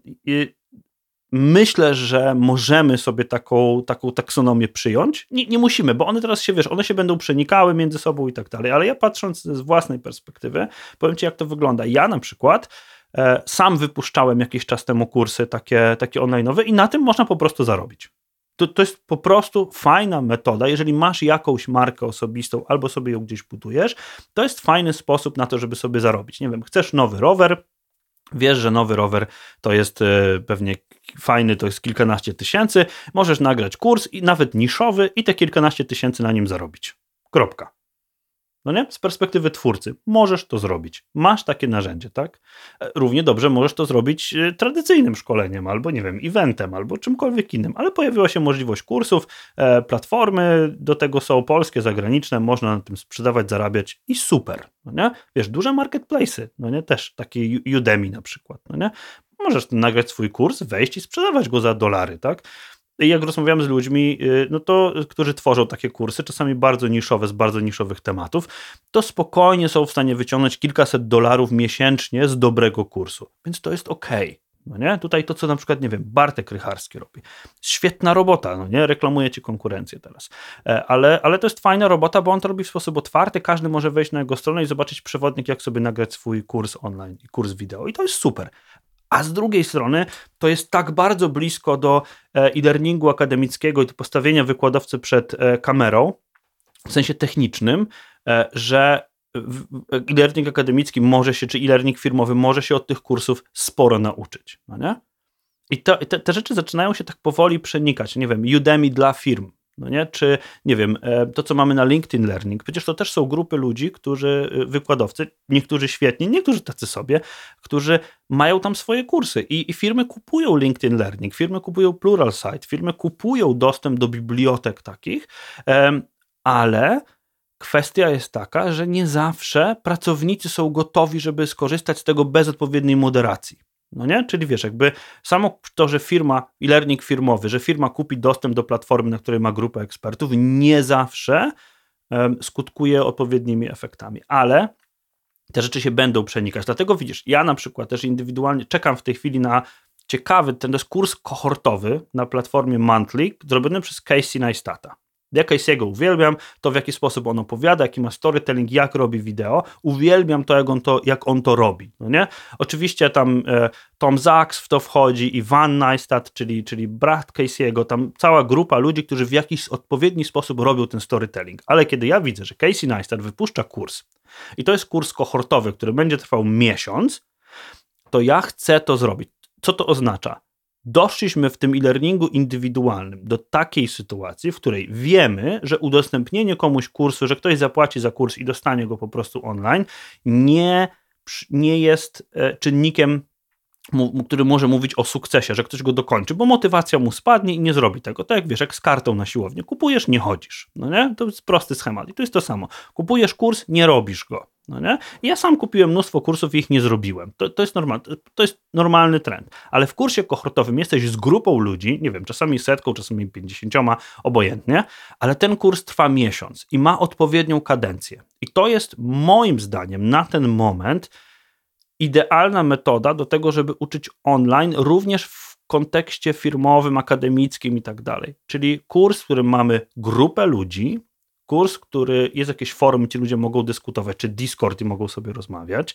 [SPEAKER 4] myślę, że możemy sobie taką, taką taksonomię przyjąć. Nie, nie musimy, bo one teraz się, wiesz, one się będą przenikały między sobą i tak dalej, ale ja patrząc z własnej perspektywy, powiem ci, jak to wygląda. Ja na przykład e, sam wypuszczałem jakiś czas temu kursy takie, takie online'owe i na tym można po prostu zarobić. To, to jest po prostu fajna metoda, jeżeli masz jakąś markę osobistą albo sobie ją gdzieś budujesz, to jest fajny sposób na to, żeby sobie zarobić. Nie wiem, chcesz nowy rower, wiesz, że nowy rower to jest e, pewnie fajny, to jest kilkanaście tysięcy, możesz nagrać kurs i nawet niszowy i te kilkanaście tysięcy na nim zarobić. Kropka. No nie? Z perspektywy twórcy możesz to zrobić. Masz takie narzędzie, tak? Równie dobrze możesz to zrobić tradycyjnym szkoleniem, albo nie wiem, eventem, albo czymkolwiek innym, ale pojawiła się możliwość kursów, e, platformy do tego są polskie, zagraniczne, można na tym sprzedawać, zarabiać i super, no nie? Wiesz, duże marketplace'y, no nie? Też takie Udemy na przykład, no nie? Możesz nagrać swój kurs, wejść i sprzedawać go za dolary, tak? I jak rozmawiamy z ludźmi, no to, którzy tworzą takie kursy, czasami bardzo niszowe, z bardzo niszowych tematów, to spokojnie są w stanie wyciągnąć kilkaset dolarów miesięcznie z dobrego kursu. Więc to jest okej. Okay. No nie? Tutaj to, co na przykład, nie wiem, Bartek Rycharski robi. Świetna robota, no nie? Reklamuje ci konkurencję teraz. Ale, ale to jest fajna robota, bo on to robi w sposób otwarty, każdy może wejść na jego stronę i zobaczyć przewodnik, jak sobie nagrać swój kurs online i kurs wideo. I to jest super. A z drugiej strony to jest tak bardzo blisko do e-learningu akademickiego i do postawienia wykładowcy przed kamerą, w sensie technicznym, że e-learning akademicki może się, czy e-learning firmowy może się od tych kursów sporo nauczyć. No nie? I to, te, te rzeczy zaczynają się tak powoli przenikać. Nie wiem, Udemy dla firm. No nie? Czy, nie wiem, to co mamy na LinkedIn Learning, przecież to też są grupy ludzi, którzy, wykładowcy, niektórzy świetni, niektórzy tacy sobie, którzy mają tam swoje kursy i, i firmy kupują LinkedIn Learning, firmy kupują Pluralsight, firmy kupują dostęp do bibliotek takich, ale kwestia jest taka, że nie zawsze pracownicy są gotowi, żeby skorzystać z tego bez odpowiedniej moderacji. No nie? Czyli wiesz, jakby samo to, że firma, e-learning firmowy, że firma kupi dostęp do platformy, na której ma grupę ekspertów, nie zawsze um, skutkuje odpowiednimi efektami, ale te rzeczy się będą przenikać. Dlatego widzisz, ja na przykład też indywidualnie czekam w tej chwili na ciekawy, ten to jest kurs kohortowy na platformie Monthly, zrobiony przez Casey Neistata. Ja Casey'ego uwielbiam, to w jaki sposób on opowiada, jaki ma storytelling, jak robi wideo. Uwielbiam to, jak on to, jak on to robi. No nie? Oczywiście tam e, Tom Sachs w to wchodzi i Van Neistat, czyli, czyli brat Casey'ego, tam cała grupa ludzi, którzy w jakiś odpowiedni sposób robią ten storytelling. Ale kiedy ja widzę, że Casey Neistat wypuszcza kurs i to jest kurs kohortowy, który będzie trwał miesiąc, to ja chcę to zrobić. Co to oznacza? Doszliśmy w tym e-learningu indywidualnym do takiej sytuacji, w której wiemy, że udostępnienie komuś kursu, że ktoś zapłaci za kurs i dostanie go po prostu online, nie, nie jest czynnikiem który może mówić o sukcesie, że ktoś go dokończy, bo motywacja mu spadnie i nie zrobi tego. Tak jak wiesz, jak z kartą na siłownię. Kupujesz, nie chodzisz. No nie? To jest prosty schemat. I to jest to samo. Kupujesz kurs, nie robisz go. No nie? I ja sam kupiłem mnóstwo kursów i ich nie zrobiłem. To, to, jest normal, to jest normalny trend. Ale w kursie kohortowym jesteś z grupą ludzi, nie wiem, czasami setką, czasami pięćdziesięcioma, obojętnie, ale ten kurs trwa miesiąc i ma odpowiednią kadencję. I to jest moim zdaniem na ten moment idealna metoda do tego, żeby uczyć online, również w kontekście firmowym, akademickim i tak dalej. Czyli kurs, w którym mamy grupę ludzi, kurs, który jest jakieś forum, gdzie ludzie mogą dyskutować, czy Discord i mogą sobie rozmawiać,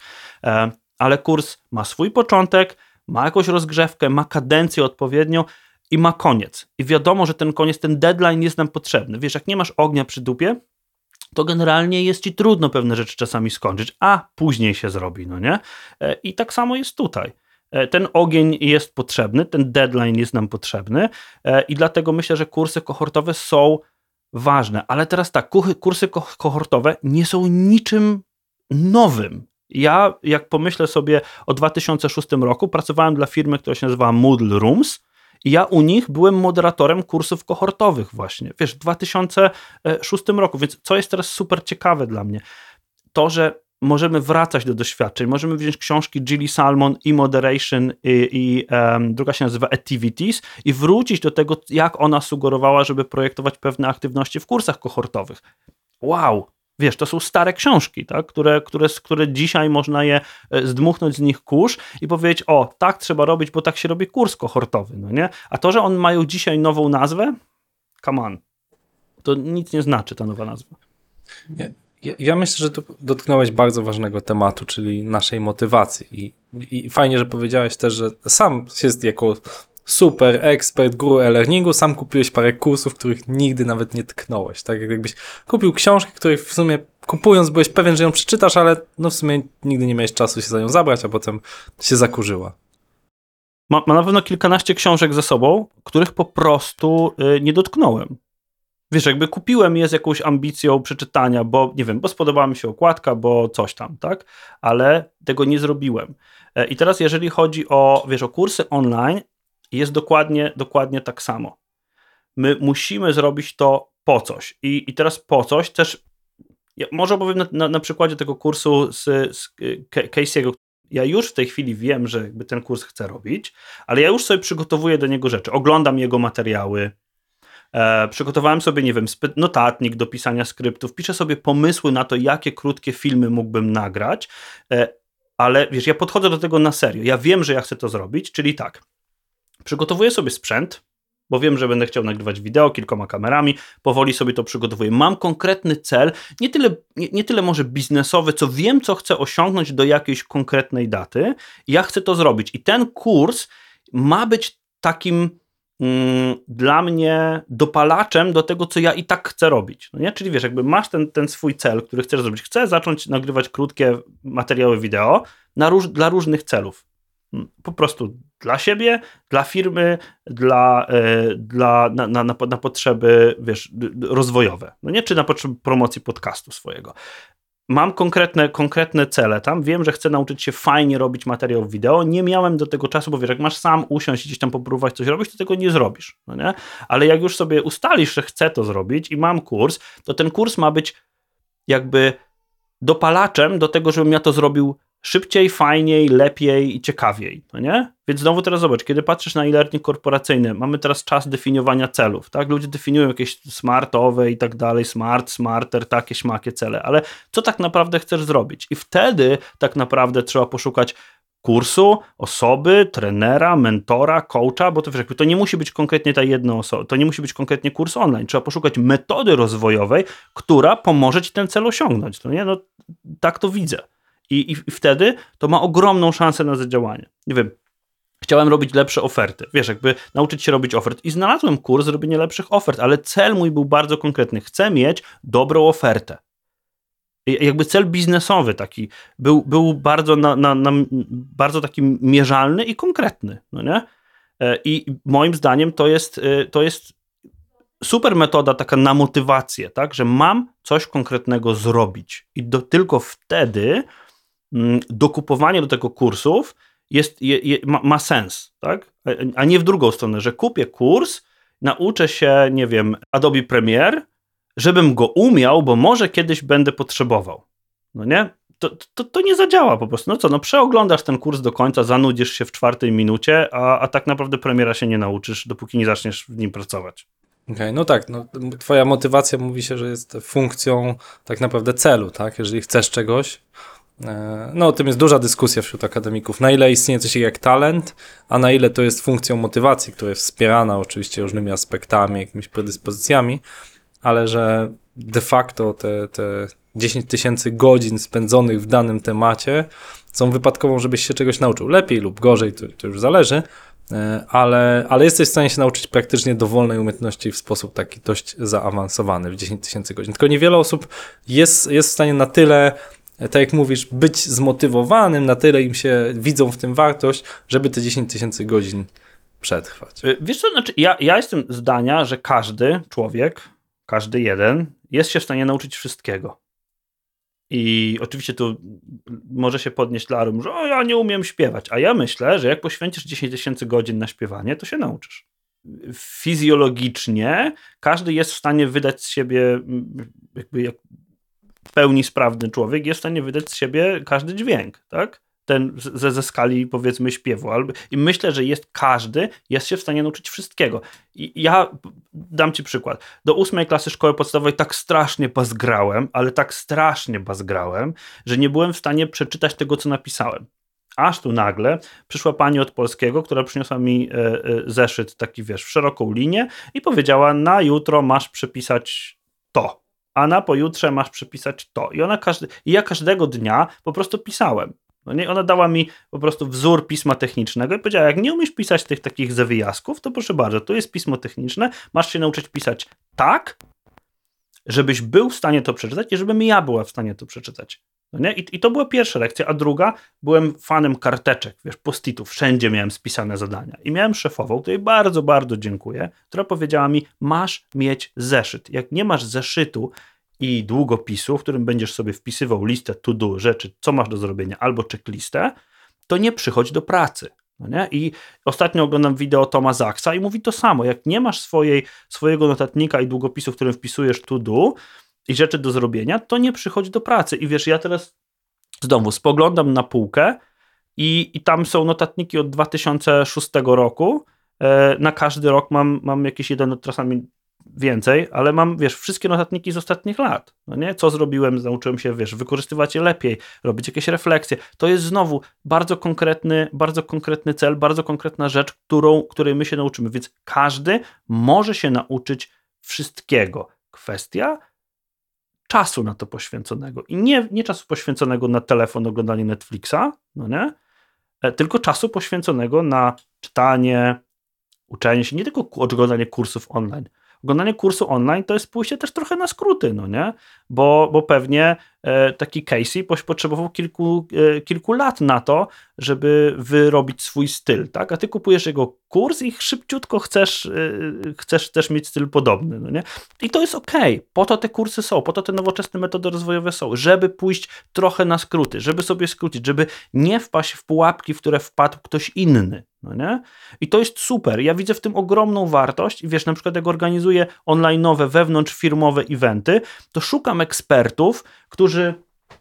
[SPEAKER 4] ale kurs ma swój początek, ma jakąś rozgrzewkę, ma kadencję odpowiednią i ma koniec. I wiadomo, że ten koniec, ten deadline jest nam potrzebny. Wiesz, jak nie masz ognia przy dupie, to generalnie jest ci trudno pewne rzeczy czasami skończyć, a później się zrobi, no nie? I tak samo jest tutaj. Ten ogień jest potrzebny, ten deadline jest nam potrzebny i dlatego myślę, że kursy kohortowe są ważne. Ale teraz tak, kursy kohortowe nie są niczym nowym. Ja, jak pomyślę sobie o dwa tysiące szóstym roku, pracowałem dla firmy, która się nazywa Moodle Rooms, i ja u nich byłem moderatorem kursów kohortowych właśnie, wiesz, w dwa tysiące szóstym roku, więc co jest teraz super ciekawe dla mnie, to, że możemy wracać do doświadczeń, możemy wziąć książki Jilly Salmon i Moderation i, i um, druga się nazywa Activities i wrócić do tego, jak ona sugerowała, żeby projektować pewne aktywności w kursach kohortowych. Wow! Wiesz, to są stare książki, tak? które, które, które dzisiaj można je zdmuchnąć z nich kurz i powiedzieć, o, tak trzeba robić, bo tak się robi kurs kohortowy, no nie? A to, że on mają dzisiaj nową nazwę, come on, to nic nie znaczy ta nowa nazwa.
[SPEAKER 3] Ja, ja, ja myślę, że tu dotknąłeś bardzo ważnego tematu, czyli naszej motywacji i, i fajnie, że powiedziałeś też, że sam jest jako super ekspert, guru e-learningu, sam kupiłeś parę kursów, których nigdy nawet nie tknąłeś, tak jakbyś kupił książkę, której w sumie kupując byłeś pewien, że ją przeczytasz, ale no w sumie nigdy nie miałeś czasu się za nią zabrać, a potem się zakurzyła.
[SPEAKER 4] Ma, ma na pewno kilkanaście książek ze sobą, których po prostu y, nie dotknąłem. Wiesz, jakby kupiłem je z jakąś ambicją przeczytania, bo nie wiem, bo spodobała mi się okładka, bo coś tam, tak? Ale tego nie zrobiłem. E, I teraz jeżeli chodzi o, wiesz, o kursy online, jest dokładnie, dokładnie tak samo. My musimy zrobić to po coś. I, i teraz po coś też, ja może opowiem na, na, na przykładzie tego kursu z, z Casey'ego. Ja już w tej chwili wiem, że jakby ten kurs chcę robić, ale ja już sobie przygotowuję do niego rzeczy. Oglądam jego materiały, e, przygotowałem sobie, nie wiem, notatnik do pisania skryptów, piszę sobie pomysły na to, jakie krótkie filmy mógłbym nagrać, e, ale wiesz, ja podchodzę do tego na serio. Ja wiem, że ja chcę to zrobić, czyli tak, przygotowuję sobie sprzęt, bo wiem, że będę chciał nagrywać wideo kilkoma kamerami, powoli sobie to przygotowuję. Mam konkretny cel, nie tyle, nie, nie tyle może biznesowy, co wiem, co chcę osiągnąć do jakiejś konkretnej daty i ja chcę to zrobić. I ten kurs ma być takim mm, dla mnie dopalaczem do tego, co ja i tak chcę robić. No nie? Czyli wiesz, jakby masz ten, ten swój cel, który chcesz zrobić. Chcę zacząć nagrywać krótkie materiały wideo na róż, dla różnych celów. Po prostu dla siebie, dla firmy, dla, yy, dla, na, na, na, na potrzeby, wiesz, rozwojowe, no nie? Czy na potrzeby promocji podcastu swojego. Mam konkretne, konkretne cele tam, wiem, że chcę nauczyć się fajnie robić materiał wideo, nie miałem do tego czasu, bo wiesz, jak masz sam usiąść i gdzieś tam popróbować coś robić, to tego nie zrobisz, no nie? Ale jak już sobie ustalisz, że chcę to zrobić i mam kurs, to ten kurs ma być jakby dopalaczem do tego, żebym ja to zrobił szybciej, fajniej, lepiej i ciekawiej, no nie? Więc znowu teraz zobacz, kiedy patrzysz na e-learning korporacyjny, mamy teraz czas definiowania celów, tak? Ludzie definiują jakieś smartowe i tak dalej, smart, smarter, takie, śmakie cele, ale co tak naprawdę chcesz zrobić? I wtedy tak naprawdę trzeba poszukać kursu, osoby, trenera, mentora, coacha, bo to wiesz, jakby to nie musi być konkretnie ta jedna osoba, to nie musi być konkretnie kurs online, trzeba poszukać metody rozwojowej, która pomoże ci ten cel osiągnąć, no nie? No tak to widzę. I, I wtedy to ma ogromną szansę na zadziałanie. Nie wiem, chciałem robić lepsze oferty. Wiesz, jakby nauczyć się robić ofert. I znalazłem kurs robienia lepszych ofert, ale cel mój był bardzo konkretny. Chcę mieć dobrą ofertę. I jakby cel biznesowy taki był, był bardzo, na, na, na, bardzo taki mierzalny i konkretny. No nie? I moim zdaniem to jest, to jest super metoda taka na motywację, tak? Że mam coś konkretnego zrobić. I do, tylko wtedy dokupowanie do tego kursów jest, je, je, ma, ma sens, tak? A, a nie w drugą stronę, że kupię kurs, nauczę się, nie wiem, Adobe Premiere, żebym go umiał, bo może kiedyś będę potrzebował. No nie? To, to, to nie zadziała po prostu. No co, no przeoglądasz ten kurs do końca, zanudzisz się w czwartej minucie, a, a tak naprawdę Premiera się nie nauczysz, dopóki nie zaczniesz w nim pracować.
[SPEAKER 3] Okej, okay, no tak, no, twoja motywacja mówi się, że jest funkcją tak naprawdę celu, tak? Jeżeli chcesz czegoś, e, no o tym jest duża dyskusja wśród akademików, na ile istnieje coś jak talent, a na ile to jest funkcją motywacji, która jest wspierana oczywiście różnymi aspektami, jakimiś predyspozycjami, ale że de facto te, te dziesięć tysięcy godzin spędzonych w danym temacie są wypadkową, żebyś się czegoś nauczył. Lepiej lub gorzej, to, to już zależy, ale, ale jesteś w stanie się nauczyć praktycznie dowolnej umiejętności w sposób taki dość zaawansowany w dziesięć tysięcy godzin. Tylko niewiele osób jest, jest w stanie na tyle, tak jak mówisz, być zmotywowanym, na tyle im się widzą w tym wartość, żeby te dziesięć tysięcy godzin przetrwać.
[SPEAKER 4] Wiesz co, znaczy ja, ja jestem zdania, że każdy człowiek, każdy jeden jest się w stanie nauczyć wszystkiego. I oczywiście tu może się podnieść larum, że o, ja nie umiem śpiewać, a ja myślę, że jak poświęcisz dziesięć tysięcy godzin na śpiewanie, to się nauczysz. Fizjologicznie każdy jest w stanie wydać z siebie, jakby jak w pełni sprawny człowiek jest w stanie wydać z siebie każdy dźwięk, tak? Ten ze, ze skali, powiedzmy, śpiewu. I myślę, że jest każdy, jest się w stanie nauczyć wszystkiego. I ja dam ci przykład. Do ósmej klasy szkoły podstawowej tak strasznie bazgrałem, ale tak strasznie bazgrałem, że nie byłem w stanie przeczytać tego, co napisałem. Aż tu nagle przyszła pani od polskiego, która przyniosła mi e, e, zeszyt taki, wiesz, w szeroką linię i powiedziała, na jutro masz przepisać to, a na pojutrze masz przepisać to. I ona każdy, i ja każdego dnia po prostu pisałem. No nie, ona dała mi po prostu wzór pisma technicznego i powiedziała, jak nie umiesz pisać tych takich zawijasków, to proszę bardzo, to jest pismo techniczne, masz się nauczyć pisać tak, żebyś był w stanie to przeczytać i żebym ja była w stanie to przeczytać. No nie? I, I to była pierwsza lekcja, a druga, byłem fanem karteczek, wiesz, post-itów, wszędzie miałem spisane zadania. I miałem szefową, której bardzo, bardzo dziękuję, która powiedziała mi, masz mieć zeszyt. Jak nie masz zeszytu i długopisu, w którym będziesz sobie wpisywał listę to do, rzeczy, co masz do zrobienia, albo checklistę, to nie przychodź do pracy. No nie? I ostatnio oglądam wideo Toma Zaxa i mówi to samo. Jak nie masz swojej, swojego notatnika i długopisu, w którym wpisujesz to do i rzeczy do zrobienia, to nie przychodź do pracy. I wiesz, ja teraz znowu spoglądam na półkę i, i tam są notatniki od dwa tysiące szóstego roku. E, na każdy rok mam, mam jakieś jeden, czasami więcej, ale mam, wiesz, wszystkie notatniki z ostatnich lat. No nie? Co zrobiłem, nauczyłem się, wiesz, wykorzystywać je lepiej, robić jakieś refleksje. To jest znowu bardzo konkretny, bardzo konkretny cel, bardzo konkretna rzecz, którą, której my się nauczymy. Więc każdy może się nauczyć wszystkiego. Kwestia czasu na to poświęconego. I nie, nie czasu poświęconego na telefon, oglądanie Netflixa, no nie? E, tylko czasu poświęconego na czytanie, uczenie się, nie tylko oglądanie kursów online. Oglądanie kursu online to jest pójście też trochę na skróty, no nie? Bo, bo pewnie e, taki Casey potrzebował kilku, e, kilku lat na to, żeby wyrobić swój styl, tak? A ty kupujesz jego kurs i szybciutko chcesz, e, chcesz też mieć styl podobny, no nie? I to jest okej. Okay. Po to te kursy są, po to te nowoczesne metody rozwojowe są, żeby pójść trochę na skróty, żeby sobie skrócić, żeby nie wpaść w pułapki, w które wpadł ktoś inny. No nie? I to jest super. Ja widzę w tym ogromną wartość i wiesz, na przykład jak organizuję online'owe, wewnątrzfirmowe eventy, to szukam ekspertów, którzy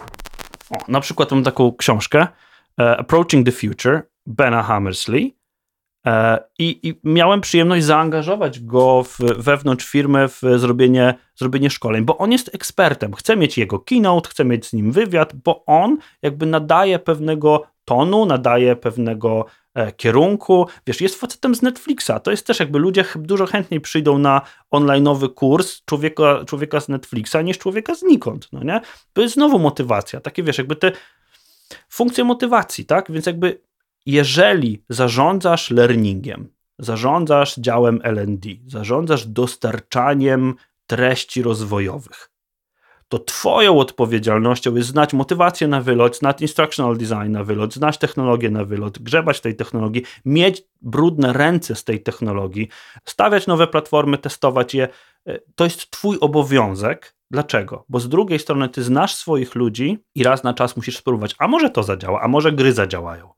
[SPEAKER 4] o, na przykład mam taką książkę uh, Approaching the Future, Bena Hammersley uh, i, i miałem przyjemność zaangażować go w, wewnątrz firmy w zrobienie, zrobienie szkoleń, bo on jest ekspertem. Chcę mieć jego keynote, chcę mieć z nim wywiad, bo on jakby nadaje pewnego tonu, nadaje pewnego e, kierunku. Wiesz, jest facetem z Netflixa. To jest też jakby ludzie dużo chętniej przyjdą na online'owy kurs człowieka, człowieka z Netflixa niż człowieka znikąd, no nie? To jest znowu motywacja. Takie, wiesz, jakby te funkcje motywacji, tak? Więc jakby jeżeli zarządzasz learningiem, zarządzasz działem L and D, zarządzasz dostarczaniem treści rozwojowych, to twoją odpowiedzialnością jest znać motywację na wylot, znać instructional design na wylot, znać technologię na wylot, grzebać w tej technologii, mieć brudne ręce z tej technologii, stawiać nowe platformy, testować je. To jest twój obowiązek. Dlaczego? Bo z drugiej strony ty znasz swoich ludzi i raz na czas musisz spróbować, a może to zadziała, a może gry zadziałają.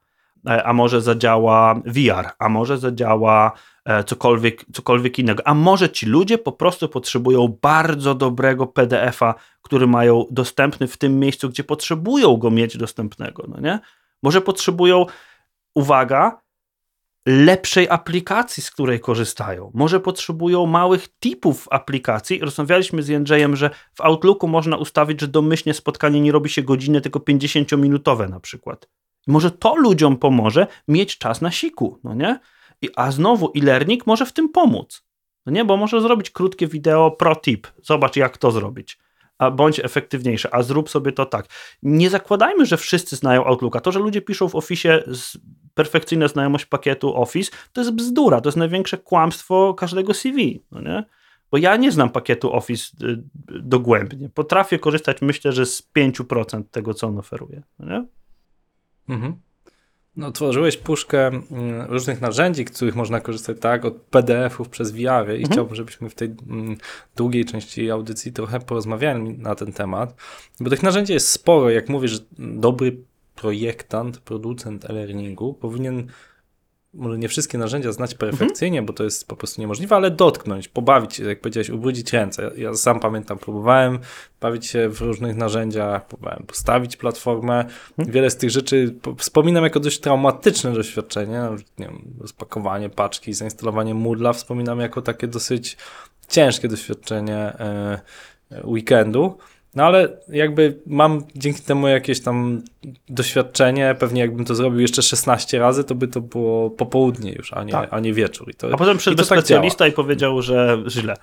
[SPEAKER 4] a może zadziała V R, a może zadziała cokolwiek, cokolwiek innego. A może ci ludzie po prostu potrzebują bardzo dobrego P D F-a, który mają dostępny w tym miejscu, gdzie potrzebują go mieć dostępnego, no nie? Może potrzebują, uwaga, lepszej aplikacji, z której korzystają. Może potrzebują małych tipów aplikacji. Rozmawialiśmy z Jędrzejem, że w Outlooku można ustawić, że domyślnie spotkanie nie robi się godziny, tylko pięćdziesięciominutowe na przykład. I może to ludziom pomoże mieć czas na siku, no nie? I, a znowu e-learning może w tym pomóc, no nie? Bo może zrobić krótkie wideo pro tip. Zobacz, jak to zrobić. A bądź efektywniejsze, a zrób sobie to tak. Nie zakładajmy, że wszyscy znają Outlooka. To, że ludzie piszą w Office'ie z perfekcyjna znajomość pakietu Office, to jest bzdura, to jest największe kłamstwo każdego C V, no nie? Bo ja nie znam pakietu Office dogłębnie. Potrafię korzystać, myślę, że z pięć procent tego, co on oferuje, no nie?
[SPEAKER 3] Mhm. No, tworzyłeś puszkę mm, różnych narzędzi, z których można korzystać, tak, od P D F-ów przez V R i mhm. chciałbym, żebyśmy w tej mm, długiej części audycji trochę porozmawiali na ten temat, bo tych narzędzi jest sporo. Jak mówisz, że dobry projektant, producent e-learningu powinien może nie wszystkie narzędzia znać perfekcyjnie, mhm. bo to jest po prostu niemożliwe, ale dotknąć, pobawić się, jak powiedziałeś, ubrudzić ręce. Ja, ja sam pamiętam, próbowałem bawić się w różnych narzędziach, próbowałem postawić platformę. Mhm. Wiele z tych rzeczy wspominam jako dość traumatyczne doświadczenie, nie wiem, rozpakowanie paczki, zainstalowanie Moodle'a wspominam jako takie dosyć ciężkie doświadczenie e, weekendu. No ale jakby mam dzięki temu jakieś tam doświadczenie, pewnie jakbym to zrobił jeszcze szesnaście razy, to by to było popołudnie już, a nie, tak. a nie wieczór. I to,
[SPEAKER 4] a potem przyszedł specjalista tak i powiedział, że źle.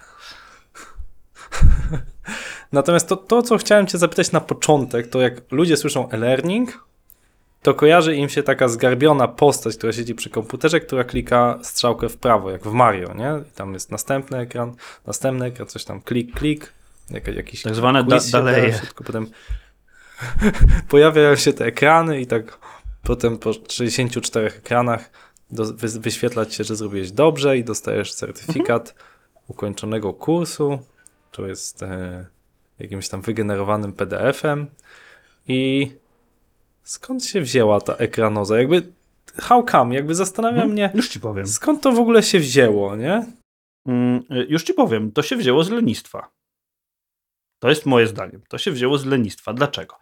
[SPEAKER 3] Natomiast to, to, co chciałem cię zapytać na początek, to jak ludzie słyszą e-learning, to kojarzy im się taka zgarbiona postać, która siedzi przy komputerze, która klika strzałkę w prawo, jak w Mario, nie? I tam jest następny ekran, następny ekran, coś tam klik, klik, Jak, jakiś
[SPEAKER 4] tak zwane da, daleje.
[SPEAKER 3] Tylko potem pojawiają się te ekrany i tak potem po sześćdziesięciu czterech ekranach do, wy, wyświetlać się, że zrobiłeś dobrze i dostajesz certyfikat mhm. ukończonego kursu, to jest e, jakimś tam wygenerowanym P D F-em i skąd się wzięła ta ekranoza? Jakby how come? Jakby zastanawia hmm, mnie,
[SPEAKER 4] już ci powiem.
[SPEAKER 3] Skąd to w ogóle się wzięło, nie?
[SPEAKER 4] Mm, już ci powiem, to się wzięło z lenistwa. To jest moje zdanie. To się wzięło z lenistwa. Dlaczego?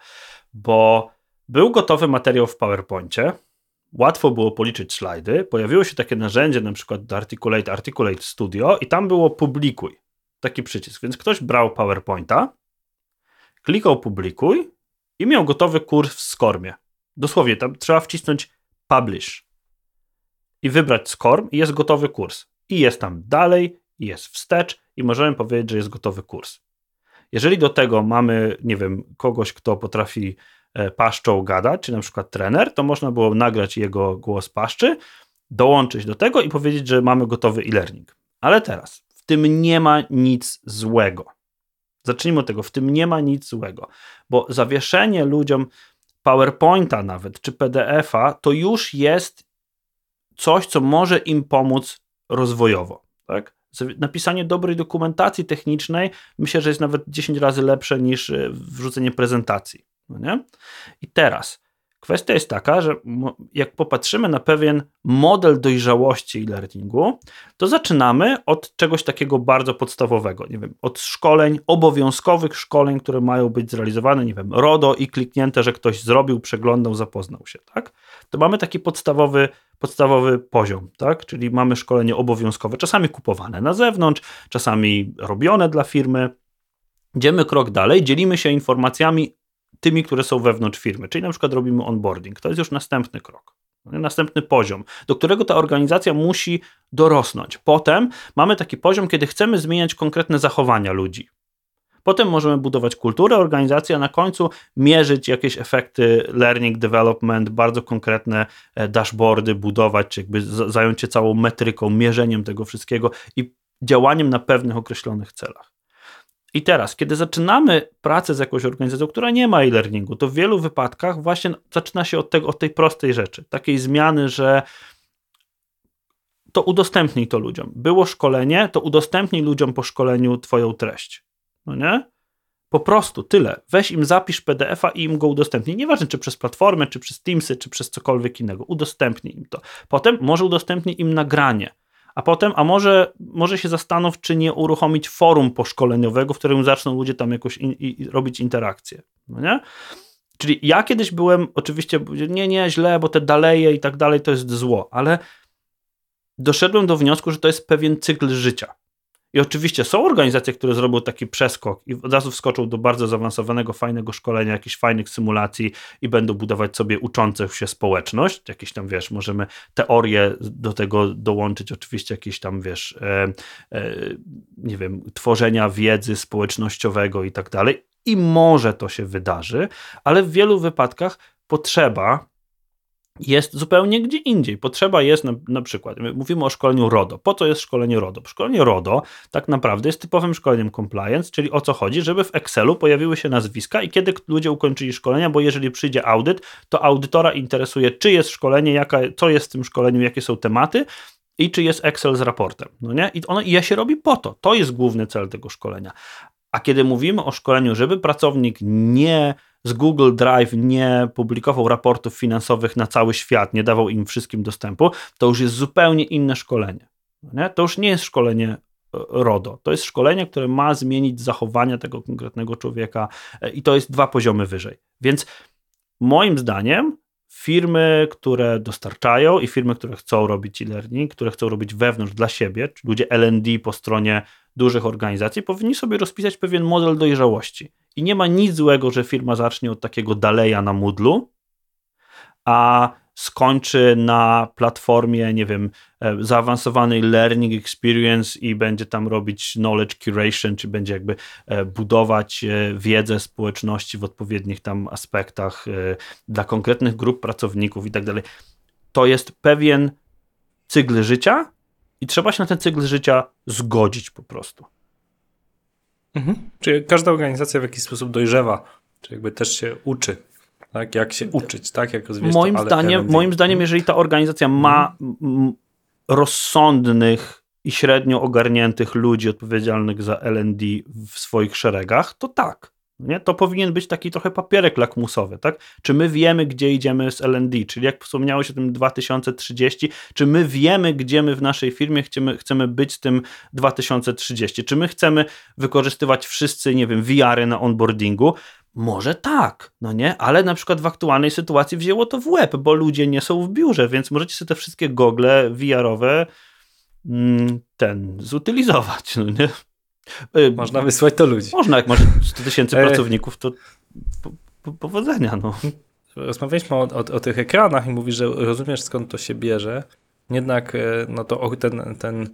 [SPEAKER 4] Bo był gotowy materiał w PowerPoincie, łatwo było policzyć slajdy, pojawiło się takie narzędzie, na przykład do Articulate, Articulate Studio i tam było publikuj. Taki przycisk. Więc ktoś brał PowerPointa, klikał publikuj i miał gotowy kurs w Scormie. Dosłownie, tam trzeba wcisnąć publish i wybrać Scorm i jest gotowy kurs. I jest tam dalej, i jest wstecz i możemy powiedzieć, że jest gotowy kurs. Jeżeli do tego mamy, nie wiem, kogoś, kto potrafi paszczą gadać, czy na przykład trener, to można było nagrać jego głos paszczy, dołączyć do tego i powiedzieć, że mamy gotowy e-learning. Ale teraz, w tym nie ma nic złego. Zacznijmy od tego, w tym nie ma nic złego, bo zawieszenie ludziom PowerPointa nawet, czy P D F-a, to już jest coś, co może im pomóc rozwojowo, tak? Napisanie dobrej dokumentacji technicznej myślę, że jest nawet dziesięć razy lepsze niż wrzucenie prezentacji. No nie? I teraz kwestia jest taka, że jak popatrzymy na pewien model dojrzałości e-learningu, to zaczynamy od czegoś takiego bardzo podstawowego. Nie wiem, od szkoleń, obowiązkowych szkoleń, które mają być zrealizowane, nie wiem, RODO i kliknięte, że ktoś zrobił, przeglądał, zapoznał się, tak? To mamy taki podstawowy podstawowy poziom, tak? Czyli mamy szkolenie obowiązkowe, czasami kupowane na zewnątrz, czasami robione dla firmy. Idziemy krok dalej, dzielimy się informacjami tymi, które są wewnątrz firmy, czyli na przykład robimy onboarding. To jest już następny krok, następny poziom, do którego ta organizacja musi dorosnąć. Potem mamy taki poziom, kiedy chcemy zmieniać konkretne zachowania ludzi. Potem możemy budować kulturę organizacji, a na końcu mierzyć jakieś efekty learning, development, bardzo konkretne dashboardy budować, czy jakby zająć się całą metryką, mierzeniem tego wszystkiego i działaniem na pewnych określonych celach. I teraz, kiedy zaczynamy pracę z jakąś organizacją, która nie ma e-learningu, to w wielu wypadkach właśnie zaczyna się od, tego, od tej prostej rzeczy, takiej zmiany, że to udostępnij to ludziom. Było szkolenie, to udostępnij ludziom po szkoleniu twoją treść. No nie? Po prostu tyle. Weź im zapisz P D F-a i im go udostępnij. Nieważne, czy przez platformę, czy przez Teamsy, czy przez cokolwiek innego. Udostępnij im to. Potem może udostępnij im nagranie. A potem, a może, może się zastanów, czy nie uruchomić forum poszkoleniowego, w którym zaczną ludzie tam jakoś in, i, robić interakcje. No nie? Czyli ja kiedyś byłem, oczywiście, nie, nie, źle, bo te daleje i tak dalej to jest zło, ale doszedłem do wniosku, że to jest pewien cykl życia. I oczywiście są organizacje, które zrobią taki przeskok i od razu wskoczą do bardzo zaawansowanego, fajnego szkolenia, jakichś fajnych symulacji i będą budować sobie uczącą się społeczność. Jakieś tam, wiesz, możemy teorie do tego dołączyć, oczywiście jakieś tam, wiesz, e, e, nie wiem, tworzenia wiedzy społecznościowego i tak dalej. I może to się wydarzy, ale w wielu wypadkach potrzeba jest zupełnie gdzie indziej. Potrzeba jest na, na przykład, mówimy o szkoleniu RODO. Po co jest szkolenie RODO? Szkolenie RODO tak naprawdę jest typowym szkoleniem compliance, czyli o co chodzi? Żeby w Excelu pojawiły się nazwiska i kiedy ludzie ukończyli szkolenia, bo jeżeli przyjdzie audyt, to audytora interesuje, czy jest szkolenie, jaka, co jest w tym szkoleniu, jakie są tematy i czy jest Excel z raportem. No nie? I ono i je się robi po to. To jest główny cel tego szkolenia. A kiedy mówimy o szkoleniu, żeby pracownik nie z Google Drive nie publikował raportów finansowych na cały świat, nie dawał im wszystkim dostępu, to już jest zupełnie inne szkolenie. Nie? To już nie jest szkolenie RODO. To jest szkolenie, które ma zmienić zachowania tego konkretnego człowieka i to jest dwa poziomy wyżej. Więc moim zdaniem firmy, które dostarczają i firmy, które chcą robić e-learning, które chcą robić wewnątrz dla siebie, czy ludzie L and D po stronie dużych organizacji, powinni sobie rozpisać pewien model dojrzałości. I nie ma nic złego, że firma zacznie od takiego daleja na Moodlu, a skończy na platformie, nie wiem, zaawansowanej learning experience i będzie tam robić knowledge curation, czy będzie jakby budować wiedzę społeczności w odpowiednich tam aspektach dla konkretnych grup pracowników i tak dalej. To jest pewien cykl życia i trzeba się na ten cykl życia zgodzić po prostu.
[SPEAKER 3] Mhm. Czyli każda organizacja w jakiś sposób dojrzewa, czy jakby też się uczy, tak? Jak się uczyć, tak? Jak rozwijać
[SPEAKER 4] moim
[SPEAKER 3] to,
[SPEAKER 4] zdaniem, moim zdaniem, jeżeli ta organizacja ma m, rozsądnych i średnio ogarniętych ludzi odpowiedzialnych za L and D w swoich szeregach, to tak. Nie? To powinien być taki trochę papierek lakmusowy, tak? Czy my wiemy, gdzie idziemy z L and D? Czyli jak wspomniałeś o tym dwa tysiące trzydzieści, czy my wiemy, gdzie my w naszej firmie chcemy, chcemy być z tym dwa tysiące trzydzieści? Czy my chcemy wykorzystywać wszyscy, nie wiem, V R-y na onboardingu? Może tak, no nie? Ale na przykład w aktualnej sytuacji wzięło to w łeb, bo ludzie nie są w biurze, więc możecie sobie te wszystkie gogle V R-owe mm, ten, zutylizować, no nie?
[SPEAKER 3] Można wysłać to ludzi.
[SPEAKER 4] Można, jak masz sto tysięcy pracowników, to po, po, powodzenia. No.
[SPEAKER 3] Rozmawialiśmy o, o, o tych ekranach i mówisz, że rozumiesz, skąd to się bierze. Jednak no to ten, ten,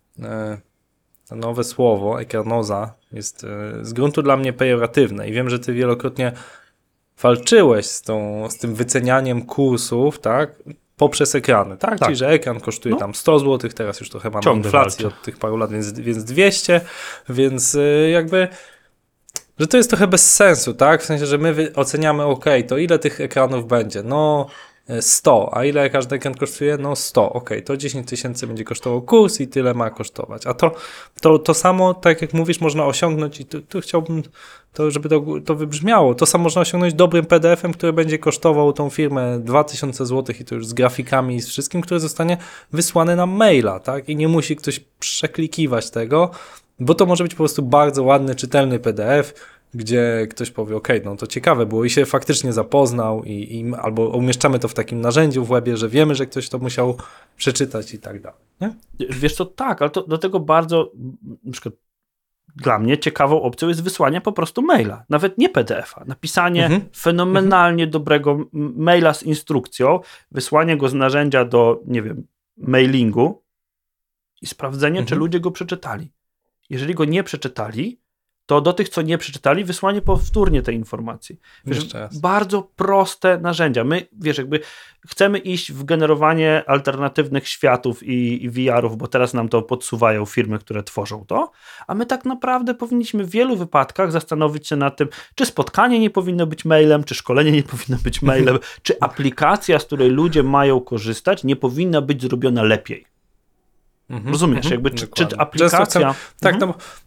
[SPEAKER 3] to nowe słowo, ekranoza, jest z gruntu dla mnie pejoratywne i wiem, że ty wielokrotnie walczyłeś z, tą, z tym wycenianiem kursów, tak? Poprzez ekrany, tak? tak? Czyli, że ekran kosztuje no. tam sto złotych, teraz już trochę mamy Ciągle inflację walczę. Od tych paru lat, więc, więc dwieście, więc jakby, że to jest trochę bez sensu, tak? W sensie, że my oceniamy, ok, to ile tych ekranów będzie? No sto, a ile każdy ekran kosztuje? No sto, ok, to dziesięć tysięcy będzie kosztował kurs i tyle ma kosztować. A to, to, to samo, tak jak mówisz, można osiągnąć i tu, tu chciałbym, to, żeby to, to wybrzmiało, to samo można osiągnąć dobrym P D F-em, który będzie kosztował tą firmę dwa tysiące złotych i to już z grafikami i z wszystkim, który zostanie wysłany na maila, tak? I nie musi ktoś przeklikiwać tego, bo to może być po prostu bardzo ładny, czytelny P D F, gdzie ktoś powie, ok, no to ciekawe było i się faktycznie zapoznał i, i albo umieszczamy to w takim narzędziu w webie, że wiemy, że ktoś to musiał przeczytać i tak dalej. Nie?
[SPEAKER 4] Wiesz co, tak, ale to do tego bardzo na przykład dla mnie ciekawą opcją jest wysłanie po prostu maila, nawet nie P D F-a, napisanie mhm. fenomenalnie mhm. dobrego maila z instrukcją, wysłanie go z narzędzia do, nie wiem, mailingu i sprawdzenie, mhm. czy ludzie go przeczytali. Jeżeli go nie przeczytali, to do tych, co nie przeczytali, wysłanie powtórnie tej informacji. Wiesz, bardzo proste narzędzia. My, wiesz, jakby chcemy iść w generowanie alternatywnych światów i, i V R-ów, bo teraz nam to podsuwają firmy, które tworzą to, a my tak naprawdę powinniśmy w wielu wypadkach zastanowić się nad tym, czy spotkanie nie powinno być mailem, czy szkolenie nie powinno być mailem, czy aplikacja, z której ludzie mają korzystać, nie powinna być zrobiona lepiej. Mhm, Rozumiesz? Jakby, czy, czy aplikacja...
[SPEAKER 3] Chcę, tak, mhm. no bo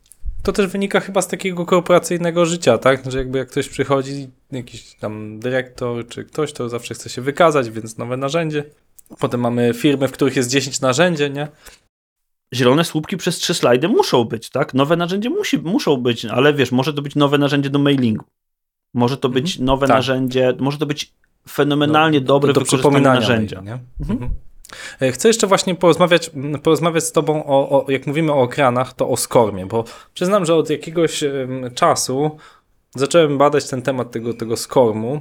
[SPEAKER 3] To też wynika chyba z takiego korporacyjnego życia, tak? Że jakby jak ktoś przychodzi, jakiś tam dyrektor czy ktoś, to zawsze chce się wykazać, więc nowe narzędzie. Potem mamy firmy, w których jest dziesięć narzędzi, nie?
[SPEAKER 4] Zielone słupki przez trzy slajdy muszą być, tak? Nowe narzędzie musi, muszą być, ale wiesz, może to być nowe narzędzie do mailingu. Może to być
[SPEAKER 3] Mhm.
[SPEAKER 4] nowe
[SPEAKER 3] tak.
[SPEAKER 4] narzędzie, może to być fenomenalnie
[SPEAKER 3] do,
[SPEAKER 4] dobre
[SPEAKER 3] do, do
[SPEAKER 4] wykorzystanie
[SPEAKER 3] przypominania
[SPEAKER 4] narzędzia.
[SPEAKER 3] maili, nie? Mhm. Chcę jeszcze właśnie porozmawiać, porozmawiać z tobą o, o, jak mówimy o ekranach, to o skormie, bo przyznam, że od jakiegoś um, czasu zacząłem badać ten temat tego, tego skormu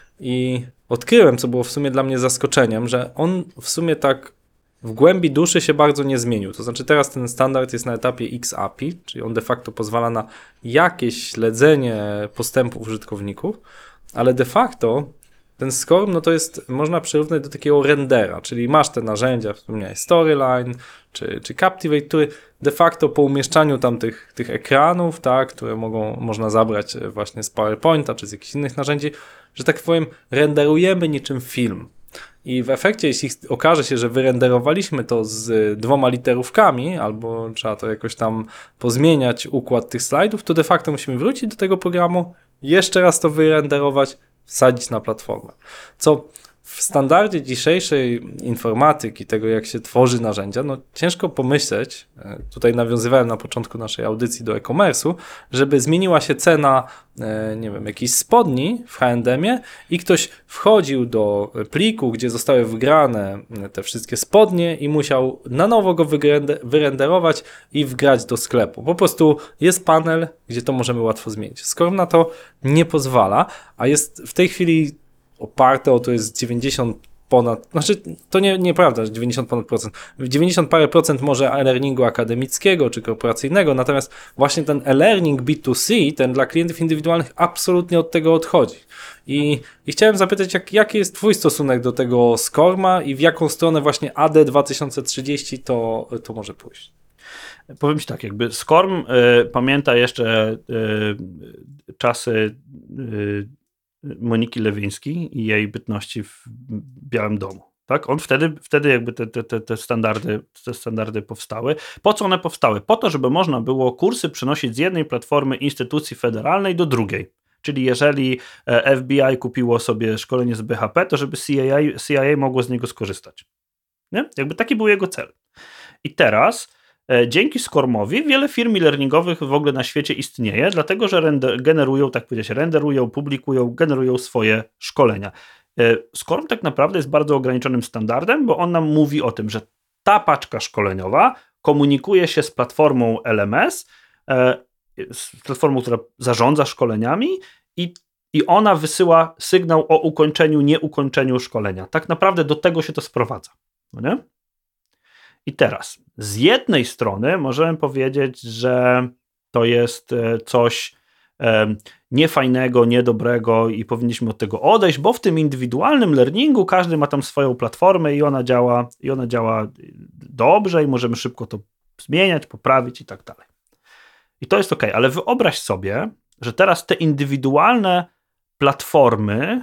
[SPEAKER 3] i odkryłem, co było w sumie dla mnie zaskoczeniem, że on w sumie tak w głębi duszy się bardzo nie zmienił. To znaczy teraz ten standard jest na etapie X A P I, czyli on de facto pozwala na jakieś śledzenie postępów użytkowników, ale de facto ten skorm, no to jest, można przyrównać do takiego rendera, czyli masz te narzędzia, wspomniałeś Storyline czy, czy Captivate, który de facto po umieszczaniu tam tych, tych ekranów, tak, które mogą, można zabrać właśnie z PowerPointa czy z jakichś innych narzędzi, że tak powiem renderujemy niczym film. I w efekcie, jeśli okaże się, że wyrenderowaliśmy to z dwoma literówkami, albo trzeba to jakoś tam pozmieniać układ tych slajdów, to de facto musimy wrócić do tego programu, jeszcze raz to wyrenderować, wsadzić na platformę. Co w standardzie dzisiejszej informatyki, tego jak się tworzy narzędzia, no ciężko pomyśleć, tutaj nawiązywałem na początku naszej audycji do e-commerce'u, żeby zmieniła się cena, nie wiem, jakiejś spodni w H and M-ie i ktoś wchodził do pliku, gdzie zostały wgrane te wszystkie spodnie i musiał na nowo go wyrenderować i wgrać do sklepu. Po prostu jest panel, gdzie to możemy łatwo zmienić. Skorm na to nie pozwala, a jest w tej chwili oparte o to jest dziewięćdziesiąt ponad, znaczy to nie, nieprawda, że dziewięćdziesiąt ponad procent, dziewięćdziesiąt parę procent może e-learningu akademickiego czy korporacyjnego, natomiast właśnie ten e-learning B dwa C, ten dla klientów indywidualnych absolutnie od tego odchodzi. I, i chciałem zapytać, jak, jaki jest twój stosunek do tego Skorma i w jaką stronę właśnie A D dwa tysiące trzydzieści to, to może pójść?
[SPEAKER 4] Powiem ci tak, jakby Skorm y, pamięta jeszcze y, czasy y, Moniki Lewińskiej i jej bytności w Białym Domu. Tak? On wtedy, wtedy jakby te, te, te, standardy, te standardy powstały. Po co one powstały? Po to, żeby można było kursy przenosić z jednej platformy instytucji federalnej do drugiej. Czyli jeżeli F B I kupiło sobie szkolenie z B H P, to żeby C I A, C I A mogło z niego skorzystać. Nie? Jakby taki był jego cel. I teraz dzięki Skormowi wiele firm e-learningowych w ogóle na świecie istnieje, dlatego że render, generują, tak powiedzieć, renderują, publikują, generują swoje szkolenia. Skorm tak naprawdę jest bardzo ograniczonym standardem, bo on nam mówi o tym, że ta paczka szkoleniowa komunikuje się z platformą L M S, z platformą, która zarządza szkoleniami i, i ona wysyła sygnał o ukończeniu, nieukończeniu szkolenia. Tak naprawdę do tego się to sprowadza. No nie? I teraz, z jednej strony możemy powiedzieć, że to jest coś e, niefajnego, niedobrego i powinniśmy od tego odejść, bo w tym indywidualnym learningu każdy ma tam swoją platformę i ona działa, i ona działa dobrze i możemy szybko to zmieniać, poprawić i tak dalej. I to jest okej, ale wyobraź sobie, że teraz te indywidualne platformy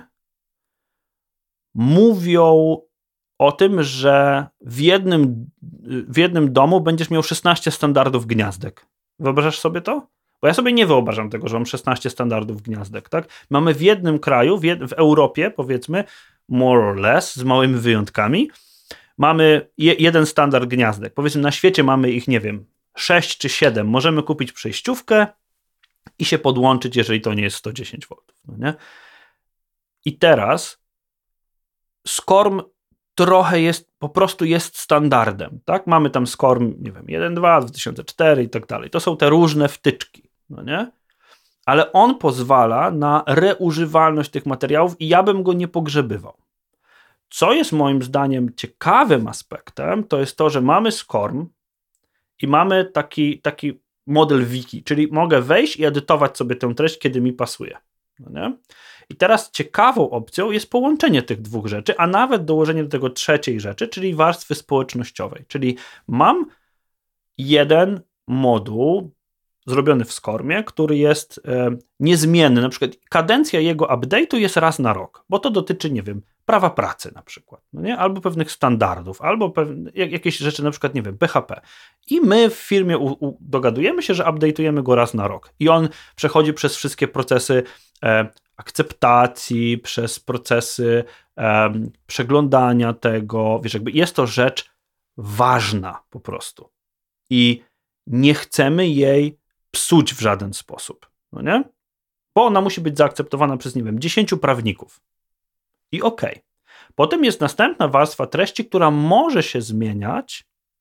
[SPEAKER 4] mówią o tym, że w jednym, w jednym domu będziesz miał szesnaście standardów gniazdek. Wyobrażasz sobie to? Bo ja sobie nie wyobrażam tego, że mam szesnaście standardów gniazdek. Tak? Mamy w jednym kraju, w, jed, w Europie powiedzmy, more or less, z małymi wyjątkami, mamy je, jeden standard gniazdek. Powiedzmy na świecie mamy ich, nie wiem, sześć czy siedem. Możemy kupić przejściówkę i się podłączyć, jeżeli to nie jest sto dziesięć woltów. No nie? I teraz Skorm trochę jest, po prostu jest standardem, tak? Mamy tam Skorm, nie wiem, jeden dwa, dwa tysiące cztery i tak dalej. To są te różne wtyczki, no nie? Ale on pozwala na reużywalność tych materiałów i ja bym go nie pogrzebywał. Co jest moim zdaniem ciekawym aspektem, to jest to, że mamy Skorm i mamy taki, taki model wiki, czyli mogę wejść i edytować sobie tę treść, kiedy mi pasuje, no nie? I teraz ciekawą opcją jest połączenie tych dwóch rzeczy, a nawet dołożenie do tego trzeciej rzeczy, czyli warstwy społecznościowej. Czyli mam jeden moduł zrobiony w Skormie, który jest e, niezmienny. Na przykład kadencja jego update'u jest raz na rok, bo to dotyczy, nie wiem, prawa pracy na przykład, no nie? Albo pewnych standardów, albo pewne, jak, jakieś rzeczy, na przykład, nie wiem, P H P. I my w firmie u, u, dogadujemy się, że update'ujemy go raz na rok. I on przechodzi przez wszystkie procesy e, akceptacji, przez procesy e, przeglądania tego. Wiesz, jakby jest to rzecz ważna po prostu. I nie chcemy jej psuć w żaden sposób, no nie? Bo ona musi być zaakceptowana przez, nie wiem, dziesięciu prawników. I okej. Okay. Potem jest następna warstwa treści, która może się zmieniać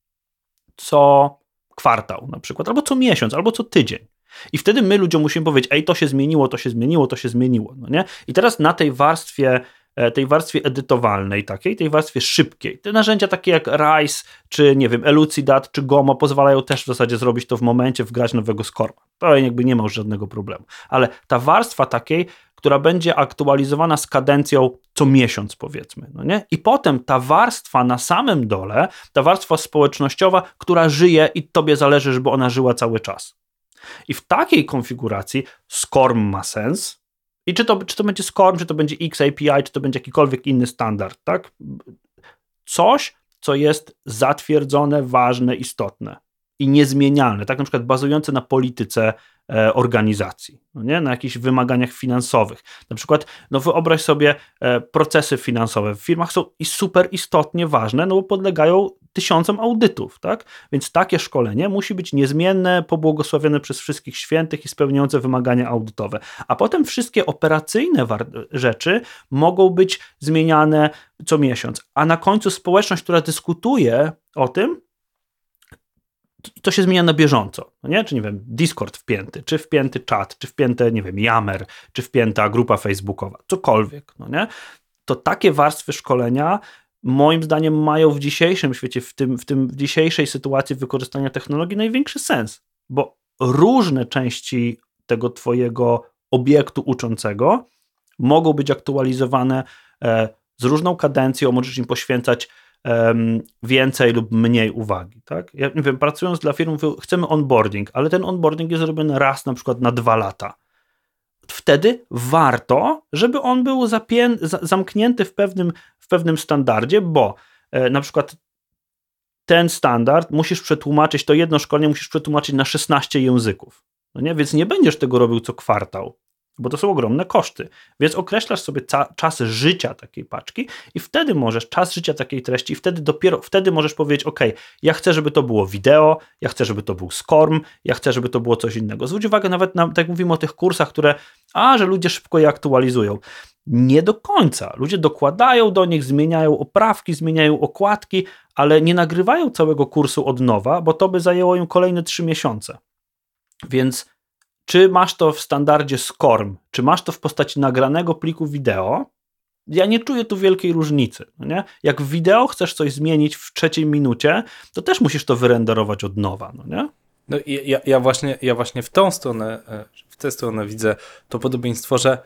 [SPEAKER 4] co kwartał na przykład, albo co miesiąc, albo co tydzień. I wtedy my ludziom musimy powiedzieć, ej, to się zmieniło, to się zmieniło, to się zmieniło, no nie? I teraz na tej warstwie tej warstwie edytowalnej takiej, tej warstwie szybkiej. Te narzędzia takie jak Rise, czy nie wiem, Elucidate, czy Goma pozwalają też w zasadzie zrobić to w momencie, wgrać nowego Skorma. To jakby nie ma już żadnego problemu. Ale ta warstwa takiej, która będzie aktualizowana z kadencją co miesiąc, powiedzmy, no nie? I potem ta warstwa na samym dole, ta warstwa społecznościowa, która żyje i tobie zależy, żeby ona żyła cały czas. I w takiej konfiguracji Skorm ma sens. I czy to, czy to będzie Skorm, czy to będzie X A P I, czy to będzie jakikolwiek inny standard, tak? Coś, co jest zatwierdzone, ważne, istotne i niezmienialne, tak na przykład bazujące na polityce e, organizacji, no nie? Na jakichś wymaganiach finansowych. Na przykład, no wyobraź sobie e, procesy finansowe w firmach są i super istotnie ważne, no bo podlegają tysiącom audytów, tak? Więc takie szkolenie musi być niezmienne, pobłogosławione przez wszystkich świętych i spełniające wymagania audytowe. A potem wszystkie operacyjne rzeczy mogą być zmieniane co miesiąc. A na końcu społeczność, która dyskutuje o tym, to się zmienia na bieżąco, no nie? Czy nie wiem, Discord wpięty, czy wpięty czat, czy wpięte, nie wiem, Yammer, czy wpięta grupa facebookowa, cokolwiek, no nie? To takie warstwy szkolenia moim zdaniem mają w dzisiejszym świecie, w tym, w tym w dzisiejszej sytuacji wykorzystania technologii największy sens, bo różne części tego twojego obiektu uczącego mogą być aktualizowane e, z różną kadencją, możesz im poświęcać e, więcej lub mniej uwagi, tak? Ja nie wiem, pracując dla firm, chcemy onboarding, ale ten onboarding jest robiony raz na przykład na dwa lata. Wtedy warto, żeby on był zapię- zamknięty w pewnym, w pewnym standardzie, bo e, na przykład ten standard musisz przetłumaczyć, to jedno szkolenie musisz przetłumaczyć na szesnaście języków. No nie? Więc nie będziesz tego robił co kwartał, bo to są ogromne koszty. Więc określasz sobie ca- czas życia takiej paczki i wtedy możesz, czas życia takiej treści i wtedy dopiero, wtedy możesz powiedzieć, ok, ja chcę, żeby to było wideo, ja chcę, żeby to był Skorm, ja chcę, żeby to było coś innego. Zwróć uwagę nawet na, tak jak mówimy o tych kursach, które, a, że ludzie szybko je aktualizują. Nie do końca. Ludzie dokładają do nich, zmieniają oprawki, zmieniają okładki, ale nie nagrywają całego kursu od nowa, bo to by zajęło im kolejne trzy miesiące. Więc czy masz to w standardzie Skorm, czy masz to w postaci nagranego pliku wideo, ja nie czuję tu wielkiej różnicy. No nie? Jak w wideo chcesz coś zmienić w trzeciej minucie, to też musisz to wyrenderować od nowa. No nie?
[SPEAKER 3] No i ja, ja, właśnie, ja właśnie w tą stronę, w tę stronę widzę to podobieństwo, że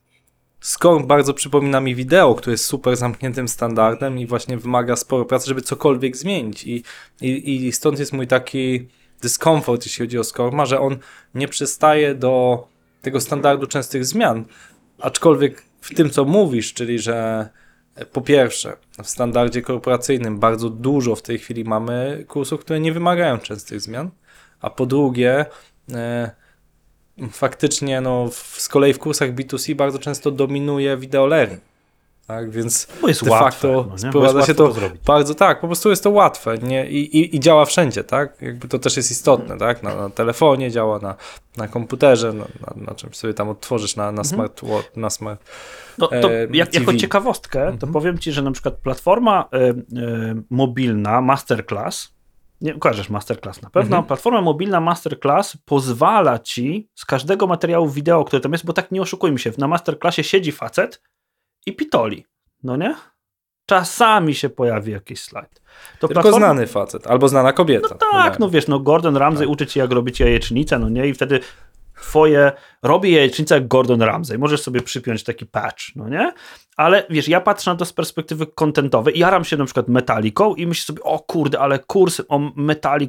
[SPEAKER 3] Skorm bardzo przypomina mi wideo, które jest super zamkniętym standardem i właśnie wymaga sporo pracy, żeby cokolwiek zmienić. I, i, i stąd jest mój taki dyskomfort, jeśli chodzi o Skorma, że on nie przystaje do tego standardu częstych zmian. Aczkolwiek w tym, co mówisz, czyli że po pierwsze, w standardzie korporacyjnym bardzo dużo w tej chwili mamy kursów, które nie wymagają częstych zmian, a po drugie, e, faktycznie no, w, z kolei w kursach B dwa C bardzo często dominuje video learning. Tak, więc
[SPEAKER 4] bo jest
[SPEAKER 3] de
[SPEAKER 4] łatwe,
[SPEAKER 3] facto
[SPEAKER 4] no
[SPEAKER 3] sprowadza się to,
[SPEAKER 4] to zrobić.
[SPEAKER 3] bardzo, tak, po prostu jest to łatwe nie? I, i, i działa wszędzie, tak? Jakby to też jest istotne, tak? Na, na telefonie działa, na, na komputerze, na, na, na czymś sobie tam odtworzysz, na, na, smart, na smart
[SPEAKER 4] no, to
[SPEAKER 3] e,
[SPEAKER 4] jak, jako ciekawostkę,
[SPEAKER 3] mhm.
[SPEAKER 4] to powiem ci, że na przykład platforma y, y, mobilna Masterclass, nie kojarzysz Masterclass na pewno, mhm. platforma mobilna Masterclass pozwala ci z każdego materiału wideo, który tam jest, bo tak nie oszukujmy się, na Masterclassie siedzi facet i pitoli, no nie? Czasami się pojawi jakiś slajd. To
[SPEAKER 3] Tylko
[SPEAKER 4] platforma...
[SPEAKER 3] znany facet, albo znana kobieta.
[SPEAKER 4] No tak,
[SPEAKER 3] no,
[SPEAKER 4] no wiesz, no Gordon Ramsay tak. uczy ci, jak robić jajecznicę, no nie? I wtedy twoje, robi jajecznicę jak Gordon Ramsay. Możesz sobie przypiąć taki patch, no nie? Ale wiesz, ja patrzę na to z perspektywy kontentowej i jaram się na przykład Metallicą i myślę sobie, o kurde, ale kurs o Metallica,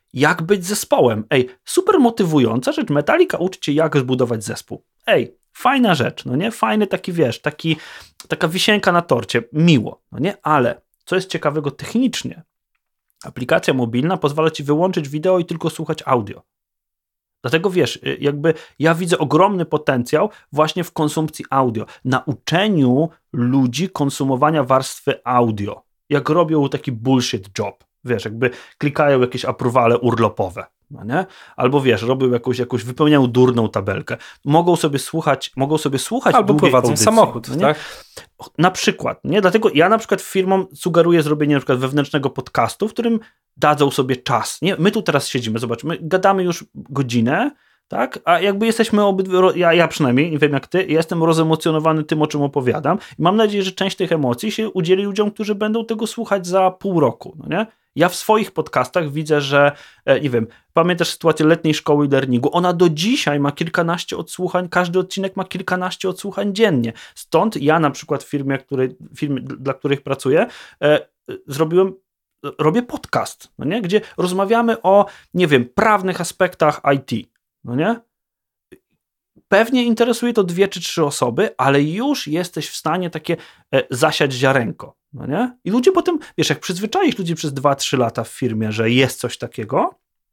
[SPEAKER 4] jak być zespołem. Ej, super motywująca rzecz. Metallica uczy cię, jak zbudować zespół. Ej, fajna rzecz, no nie? Fajny taki, wiesz, taki, taka wisienka na torcie. Miło, no nie? Ale co jest ciekawego technicznie, aplikacja mobilna pozwala ci wyłączyć wideo i tylko słuchać audio. Dlatego wiesz, jakby ja widzę ogromny potencjał właśnie w konsumpcji audio, nauczeniu ludzi konsumowania warstwy audio. Jak robią taki bullshit job, wiesz, jakby klikają jakieś aprowale urlopowe, no nie? Albo wiesz, robią jakąś, jakąś wypełniają durną tabelkę. Mogą sobie słuchać, mogą sobie słuchać
[SPEAKER 3] albo
[SPEAKER 4] długiej
[SPEAKER 3] prowadzą
[SPEAKER 4] audycji,
[SPEAKER 3] samochód,
[SPEAKER 4] no nie?
[SPEAKER 3] tak?
[SPEAKER 4] Na przykład, nie? Dlatego ja na przykład firmom sugeruję zrobienie na przykład wewnętrznego podcastu, w którym dadzą sobie czas, nie? My tu teraz siedzimy, zobacz, my gadamy już godzinę, tak? A jakby jesteśmy obydwu, ja, ja przynajmniej, nie wiem jak ty, ja jestem rozemocjonowany tym, o czym opowiadam i mam nadzieję, że część tych emocji się udzieli ludziom, którzy będą tego słuchać za pół roku, no nie? Ja w swoich podcastach widzę, że, nie wiem, pamiętasz sytuację letniej szkoły e-learningu, ona do dzisiaj ma kilkanaście odsłuchań, każdy odcinek ma kilkanaście odsłuchań dziennie. Stąd ja na przykład w firmie, której, firmy, dla których pracuję, e, zrobiłem, robię podcast, no nie? Gdzie rozmawiamy o, nie wiem, prawnych aspektach I T, no nie? Pewnie interesuje to dwie czy trzy osoby, ale już jesteś w stanie takie e, zasiać ziarenko, no nie? I ludzie potem, wiesz, jak przyzwyczaisz ludzi przez dwa trzy lata w firmie, że jest coś takiego,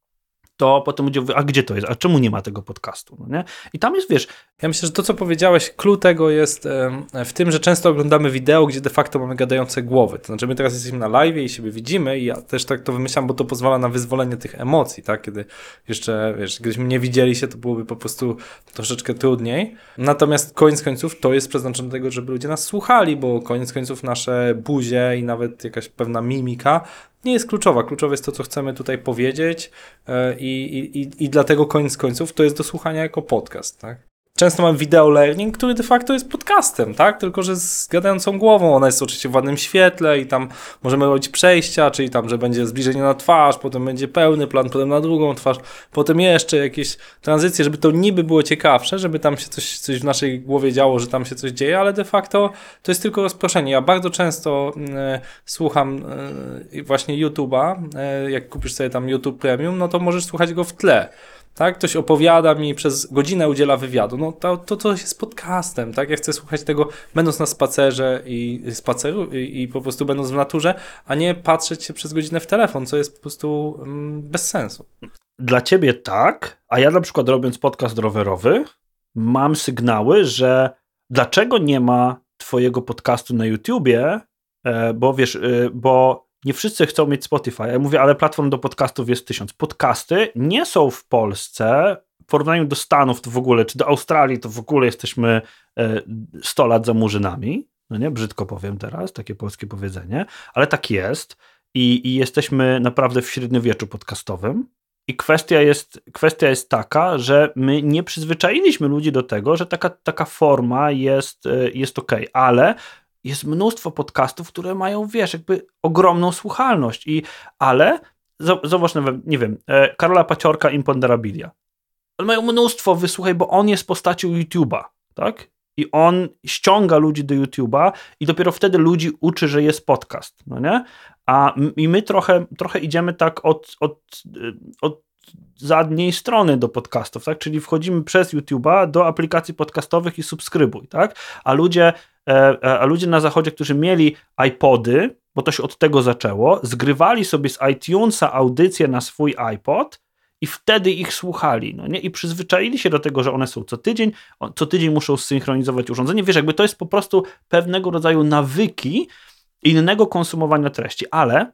[SPEAKER 4] to potem ludzie mówią, a gdzie to jest? A czemu nie ma tego podcastu? No nie? I tam jest, wiesz...
[SPEAKER 3] Ja myślę, że to, co powiedziałeś, clue tego jest w tym, że często oglądamy wideo, gdzie de facto mamy gadające głowy. To znaczy my teraz jesteśmy na live i siebie widzimy i ja też tak to wymyślam, bo to pozwala na wyzwolenie tych emocji, tak? Kiedy jeszcze, wiesz, gdybyśmy nie widzieli się, to byłoby po prostu troszeczkę trudniej. Natomiast koniec końców to jest przeznaczone do tego, żeby ludzie nas słuchali, bo koniec końców nasze buzie i nawet jakaś pewna mimika nie jest kluczowa. Kluczowe jest to, co chcemy tutaj powiedzieć i, i, i, i dlatego koniec końców to jest do słuchania jako podcast, tak? Często mam video learning, który de facto jest podcastem, tak? Tylko że z gadającą głową. Ona jest oczywiście w ładnym świetle i tam możemy robić przejścia, czyli tam, że będzie zbliżenie na twarz, potem będzie pełny plan, potem na drugą twarz, potem jeszcze jakieś tranzycje, żeby to niby było ciekawsze, żeby tam się coś, coś w naszej głowie działo, że tam się coś dzieje, ale de facto to jest tylko rozproszenie. Ja bardzo często y, słucham y, właśnie YouTube'a, y, jak kupisz sobie tam YouTube Premium, no to możesz słuchać go w tle. Tak, ktoś opowiada mi, przez godzinę udziela wywiadu. No to, to coś jest podcastem, tak? Ja chcę słuchać tego będąc na spacerze i spaceru i, i po prostu będąc w naturze, a nie patrzeć się przez godzinę w telefon, co jest po prostu mm, bez sensu.
[SPEAKER 4] Dla ciebie tak, a ja na przykład robiąc podcast rowerowy mam sygnały, że dlaczego nie ma twojego podcastu na YouTubie, bo wiesz, bo nie wszyscy chcą mieć Spotify. Ja mówię, ale platform do podcastów jest tysiąc. Podcasty nie są w Polsce, w porównaniu do Stanów to w ogóle, czy do Australii to w ogóle jesteśmy sto lat za murzynami. No nie, brzydko powiem teraz, takie polskie powiedzenie, ale tak jest i, i jesteśmy naprawdę w średniowieczu podcastowym. I kwestia jest, kwestia jest taka, że my nie przyzwyczailiśmy ludzi do tego, że taka, taka forma jest, jest okej, ale jest mnóstwo podcastów, które mają, wiesz, jakby ogromną słuchalność. I, ale, zobacz, nie wiem, Karola Paciorka, Imponderabilia. Ale mają mnóstwo, wysłuchaj, bo on jest postacią YouTube'a, tak? I on ściąga ludzi do YouTube'a i dopiero wtedy ludzi uczy, że jest podcast, no nie? A i my trochę, trochę idziemy tak od, od, od zadniej strony do podcastów, tak? Czyli wchodzimy przez YouTube'a do aplikacji podcastowych i subskrybuj, tak? A ludzie, a ludzie na zachodzie, którzy mieli iPody, bo to się od tego zaczęło, zgrywali sobie z iTunesa audycje na swój iPod i wtedy ich słuchali, no nie? I przyzwyczaili się do tego, że one są co tydzień, co tydzień muszą zsynchronizować urządzenie. Wiesz, jakby to jest po prostu pewnego rodzaju nawyki innego konsumowania treści, ale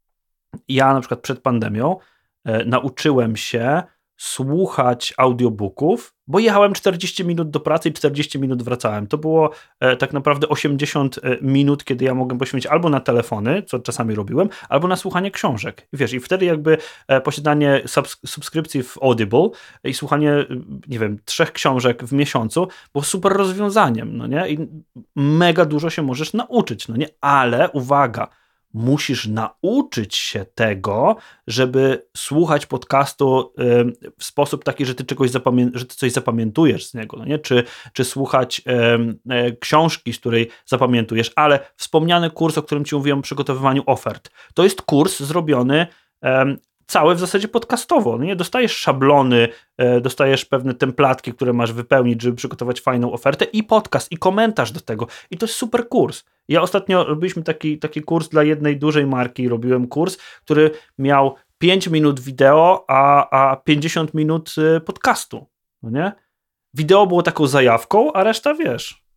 [SPEAKER 4] ja na przykład przed pandemią e, nauczyłem się słuchać audiobooków, bo jechałem czterdzieści minut do pracy i czterdzieści minut wracałem. To było e, tak naprawdę osiemdziesiąt minut, kiedy ja mogłem poświęcić albo na telefony, co czasami robiłem, albo na słuchanie książek. Wiesz, i wtedy jakby e, posiadanie subs- subskrypcji w Audible i słuchanie, nie wiem, trzech książek w miesiącu było super rozwiązaniem, no nie? I mega dużo się możesz nauczyć, no nie? Ale uwaga, musisz nauczyć się tego, żeby słuchać podcastu y, w sposób taki, że ty czegoś zapamię- że ty coś zapamiętujesz z niego, no nie? Czy, czy słuchać y, y, książki, z której zapamiętujesz, ale wspomniany kurs, o którym ci mówiłem, o przygotowywaniu ofert, to jest kurs zrobiony y, całe w zasadzie podcastowo. No nie? Dostajesz szablony, e, dostajesz pewne templatki, które masz wypełnić, żeby przygotować fajną ofertę i podcast, i komentarz do tego. I to jest super kurs. Ja ostatnio robiliśmy taki, taki kurs dla jednej dużej marki, robiłem kurs, który miał pięć minut wideo, a, a pięćdziesiąt minut podcastu. No nie? Wideo było taką zajawką, a reszta wiesz...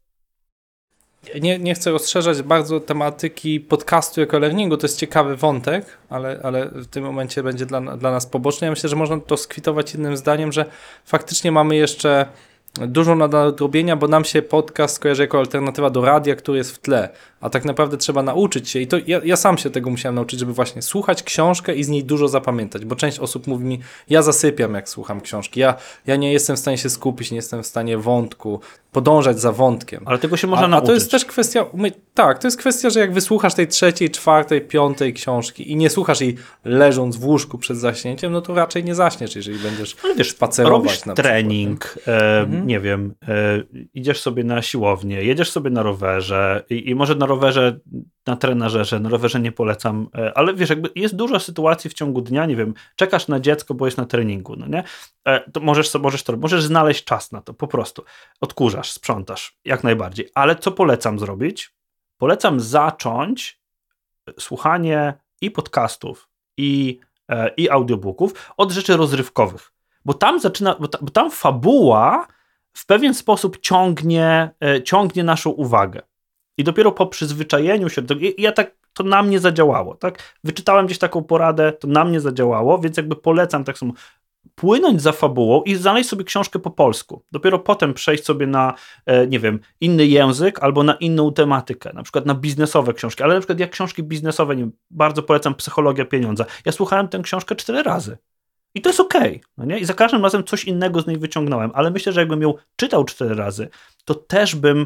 [SPEAKER 3] Nie, nie chcę rozszerzać bardzo tematyki podcastu jako learningu, to jest ciekawy wątek, ale, ale w tym momencie będzie dla, dla nas poboczny. Ja myślę, że można to skwitować jednym zdaniem, że faktycznie mamy jeszcze dużo nadrobienia, bo nam się podcast kojarzy jako alternatywa do radia, który jest w tle, a tak naprawdę trzeba nauczyć się i to ja, ja sam się tego musiałem nauczyć, żeby właśnie słuchać książkę i z niej dużo zapamiętać, bo część osób mówi mi, ja zasypiam jak słucham książki, ja, ja nie jestem w stanie się skupić, nie jestem w stanie wątku, podążać za wątkiem.
[SPEAKER 4] Ale tego się można
[SPEAKER 3] a,
[SPEAKER 4] nauczyć.
[SPEAKER 3] A to jest też kwestia, umy... tak, to jest kwestia, że jak wysłuchasz tej trzeciej, czwartej, piątej książki i nie słuchasz jej leżąc w łóżku przed zaśnięciem, no to raczej nie zaśniesz, jeżeli będziesz
[SPEAKER 4] Ale wiesz,
[SPEAKER 3] spacerować
[SPEAKER 4] robisz
[SPEAKER 3] na
[SPEAKER 4] trening,
[SPEAKER 3] przykład,
[SPEAKER 4] e,
[SPEAKER 3] mhm.
[SPEAKER 4] nie wiem, e, idziesz sobie na siłownię, jedziesz sobie na rowerze i, i może na rowerze, na trenażerze, na rowerze nie polecam, e, ale wiesz, jakby jest dużo sytuacji w ciągu dnia, nie wiem, czekasz na dziecko, bo jest na treningu, no nie? E, to możesz, możesz to możesz znaleźć czas na to, po prostu. Odkurzasz, sprzątasz, jak najbardziej. Ale co polecam zrobić? Polecam zacząć słuchanie i podcastów, i, e, i audiobooków od rzeczy rozrywkowych. Bo tam zaczyna, bo, ta, bo tam fabuła w pewien sposób ciągnie, e, ciągnie naszą uwagę. I dopiero po przyzwyczajeniu się do tego, ja tak, to na mnie zadziałało, tak? Wyczytałem gdzieś taką poradę, to na mnie zadziałało, więc jakby polecam tak samo płynąć za fabułą i znaleźć sobie książkę po polsku. Dopiero potem przejść sobie na, e, nie wiem, inny język albo na inną tematykę, na przykład na biznesowe książki, ale na przykład jak książki biznesowe, nie wiem, bardzo polecam Psychologia pieniądza. Ja słuchałem tę książkę cztery razy. I to jest okej, okay, no nie? I za każdym razem coś innego z niej wyciągnąłem, ale myślę, że jakbym ją czytał cztery razy, to też bym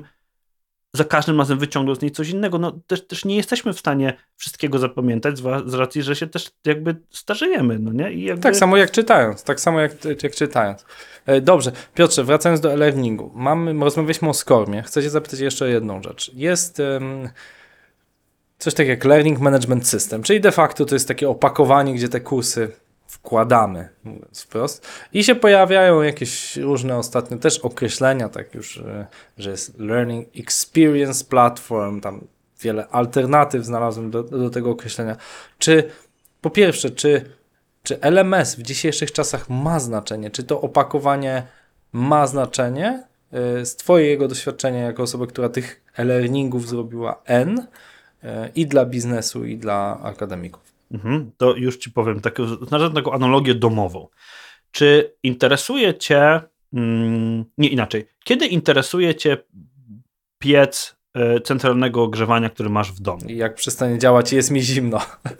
[SPEAKER 4] za każdym razem wyciągnął z niej coś innego. No też, też nie jesteśmy w stanie wszystkiego zapamiętać z, z racji, że się też jakby starzejemy, no nie? I jakby...
[SPEAKER 3] Tak samo jak czytając, tak samo jak, jak czytając. Dobrze, Piotrze, wracając do e-learningu. Mamy, rozmawialiśmy o Skormie. Chcę cię zapytać jeszcze o jedną rzecz. Jest um, coś takiego jak Learning Management System, czyli de facto to jest takie opakowanie, gdzie te kursy wkładamy, mówiąc wprost. I się pojawiają jakieś różne ostatnio też określenia, tak już, że jest Learning Experience Platform, tam wiele alternatyw znalazłem do, do tego określenia. Czy, po pierwsze, czy, czy L M S w dzisiejszych czasach ma znaczenie? Czy to opakowanie ma znaczenie? Z twojego doświadczenia jako osoby, która tych e-learningów zrobiła N i dla biznesu, i dla akademików.
[SPEAKER 4] Mhm, to już ci powiem, taką, znalazłem taką analogię domową. Czy interesuje cię, mm, nie inaczej, kiedy interesuje cię piec y, centralnego ogrzewania, który masz w domu?
[SPEAKER 3] I jak przestanie działać i jest mi zimno.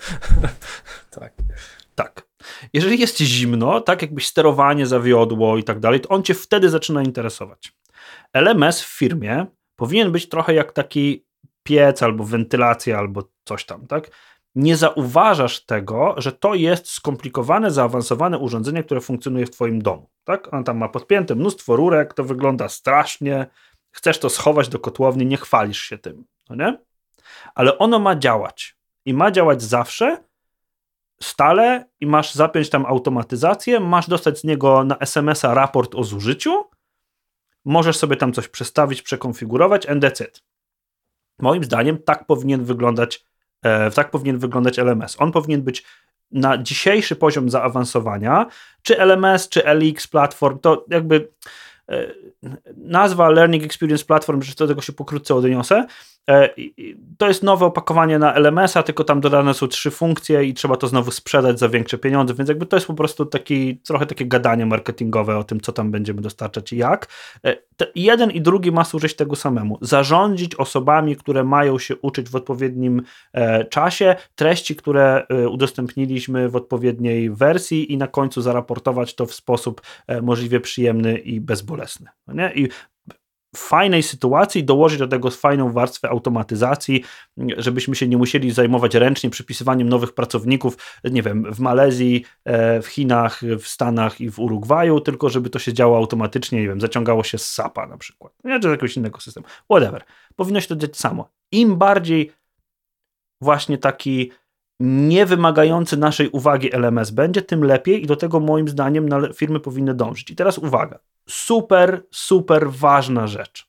[SPEAKER 3] Tak.
[SPEAKER 4] Tak. Jeżeli jest ci zimno, tak jakbyś sterowanie zawiodło i tak dalej, to on cię wtedy zaczyna interesować. L M S w firmie powinien być trochę jak taki piec albo wentylacja albo coś tam, tak? Nie zauważasz tego, że to jest skomplikowane, zaawansowane urządzenie, które funkcjonuje w twoim domu. Tak? On tam ma podpięte mnóstwo rurek, to wygląda strasznie, chcesz to schować do kotłowni, nie chwalisz się tym. No nie? Ale ono ma działać. I ma działać zawsze, stale i masz zapiąć tam automatyzację, masz dostać z niego na es em es a raport o zużyciu, możesz sobie tam coś przestawić, przekonfigurować and that's it. Moim zdaniem tak powinien wyglądać Tak powinien wyglądać L M S. On powinien być na dzisiejszy poziom zaawansowania, czy L M S, czy L X Platform, to jakby e, nazwa Learning Experience Platform, że do tego się pokrótce odniosę, e, to jest nowe opakowanie na L M S a, tylko tam dodane są trzy funkcje i trzeba to znowu sprzedać za większe pieniądze, więc jakby to jest po prostu taki, trochę takie gadanie marketingowe o tym, co tam będziemy dostarczać i jak. E, te, jeden i drugi ma służyć tego samemu. Zarządzić osobami, które mają się uczyć w odpowiednim e, czasie, treści, które e, udostępniliśmy w odpowiedniej wersji i na końcu zaraportować to w sposób e, możliwie przyjemny i bezbolesny. No nie? I w fajnej sytuacji dołożyć do tego fajną warstwę automatyzacji, żebyśmy się nie musieli zajmować ręcznie przypisywaniem nowych pracowników, nie wiem, w Malezji, w Chinach, w Stanach i w Urugwaju, tylko żeby to się działo automatycznie, nie wiem, zaciągało się z sapa na przykład, nie, czy z jakiegoś innego systemu, whatever. Powinno się to dziać samo. Im bardziej właśnie taki niewymagający naszej uwagi L M S będzie, tym lepiej i do tego moim zdaniem firmy powinny dążyć. I teraz uwaga, super, super ważna rzecz.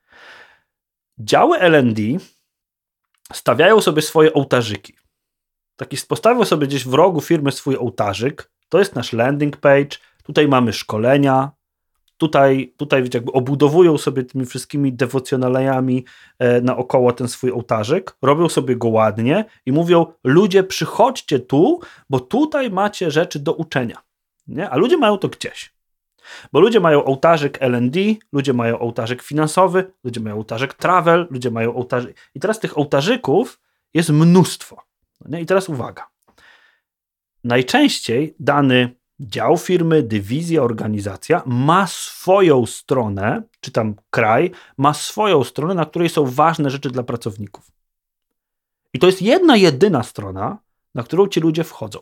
[SPEAKER 4] Działy L and D stawiają sobie swoje ołtarzyki. Taki postawił sobie gdzieś w rogu firmy swój ołtarzyk, to jest nasz landing page, tutaj mamy szkolenia, tutaj, tutaj jakby obudowują sobie tymi wszystkimi dewocjonalejami e, naokoło ten swój ołtarzyk, robią sobie go ładnie i mówią, ludzie przychodźcie tu, bo tutaj macie rzeczy do uczenia. Nie? A ludzie mają to gdzieś. Bo ludzie mają ołtarzyk L and D, ludzie mają ołtarzyk finansowy, ludzie mają ołtarzyk travel, ludzie mają ołtarzyk... I teraz tych ołtarzyków jest mnóstwo. Nie? I teraz uwaga. Najczęściej dany dział firmy, dywizja, organizacja ma swoją stronę, czy tam kraj, ma swoją stronę, na której są ważne rzeczy dla pracowników. I to jest jedna, jedyna strona, na którą ci ludzie wchodzą.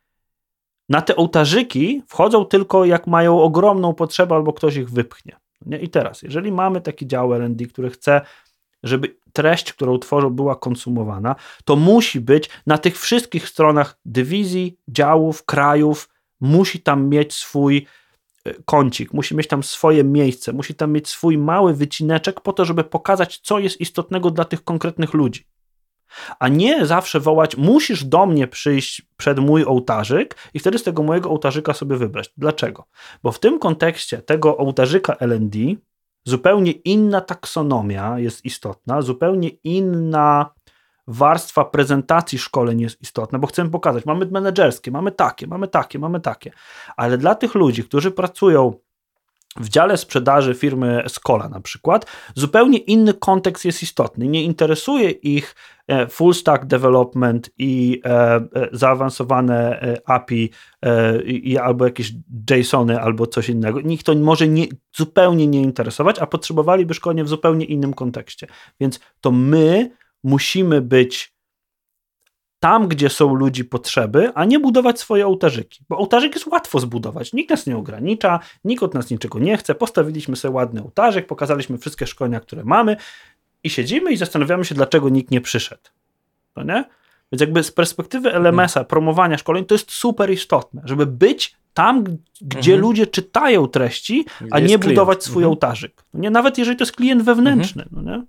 [SPEAKER 4] Na te ołtarzyki wchodzą tylko jak mają ogromną potrzebę albo ktoś ich wypchnie. Nie? I teraz, jeżeli mamy taki dział L and D, który chce, żeby treść, którą tworzą, była konsumowana, to musi być na tych wszystkich stronach dywizji, działów, krajów, musi tam mieć swój kącik, musi mieć tam swoje miejsce, musi tam mieć swój mały wycineczek po to, żeby pokazać, co jest istotnego dla tych konkretnych ludzi. A nie zawsze wołać, musisz do mnie przyjść przed mój ołtarzyk i wtedy z tego mojego ołtarzyka sobie wybrać. Dlaczego? Bo w tym kontekście tego ołtarzyka L and D zupełnie inna taksonomia jest istotna, zupełnie inna warstwa prezentacji szkoleń jest istotna, bo chcemy pokazać, mamy menedżerskie, mamy takie, mamy takie, mamy takie, ale dla tych ludzi, którzy pracują w dziale sprzedaży firmy Escola na przykład, zupełnie inny kontekst jest istotny. Nie interesuje ich full stack development i e, zaawansowane A P I e, i, albo jakieś JSOny albo coś innego. Nikt to może nie, zupełnie nie interesować, a potrzebowaliby szkolenia w zupełnie innym kontekście. Więc to my musimy być tam, gdzie są ludzi potrzeby, a nie budować swoje ołtarzyki. Bo ołtarzyk jest łatwo zbudować. Nikt nas nie ogranicza, nikt od nas niczego nie chce. Postawiliśmy sobie ładny ołtarzyk, pokazaliśmy wszystkie szkolenia, które mamy i siedzimy i zastanawiamy się, dlaczego nikt nie przyszedł. No nie? Więc jakby z perspektywy L M S-a, promowania szkoleń, to jest super istotne, żeby być tam, gdzie mhm. ludzie czytają treści, gdzie a nie budować klient. swój mhm. ołtarzyk. No nie? Nawet jeżeli to jest klient wewnętrzny. Mhm. No nie?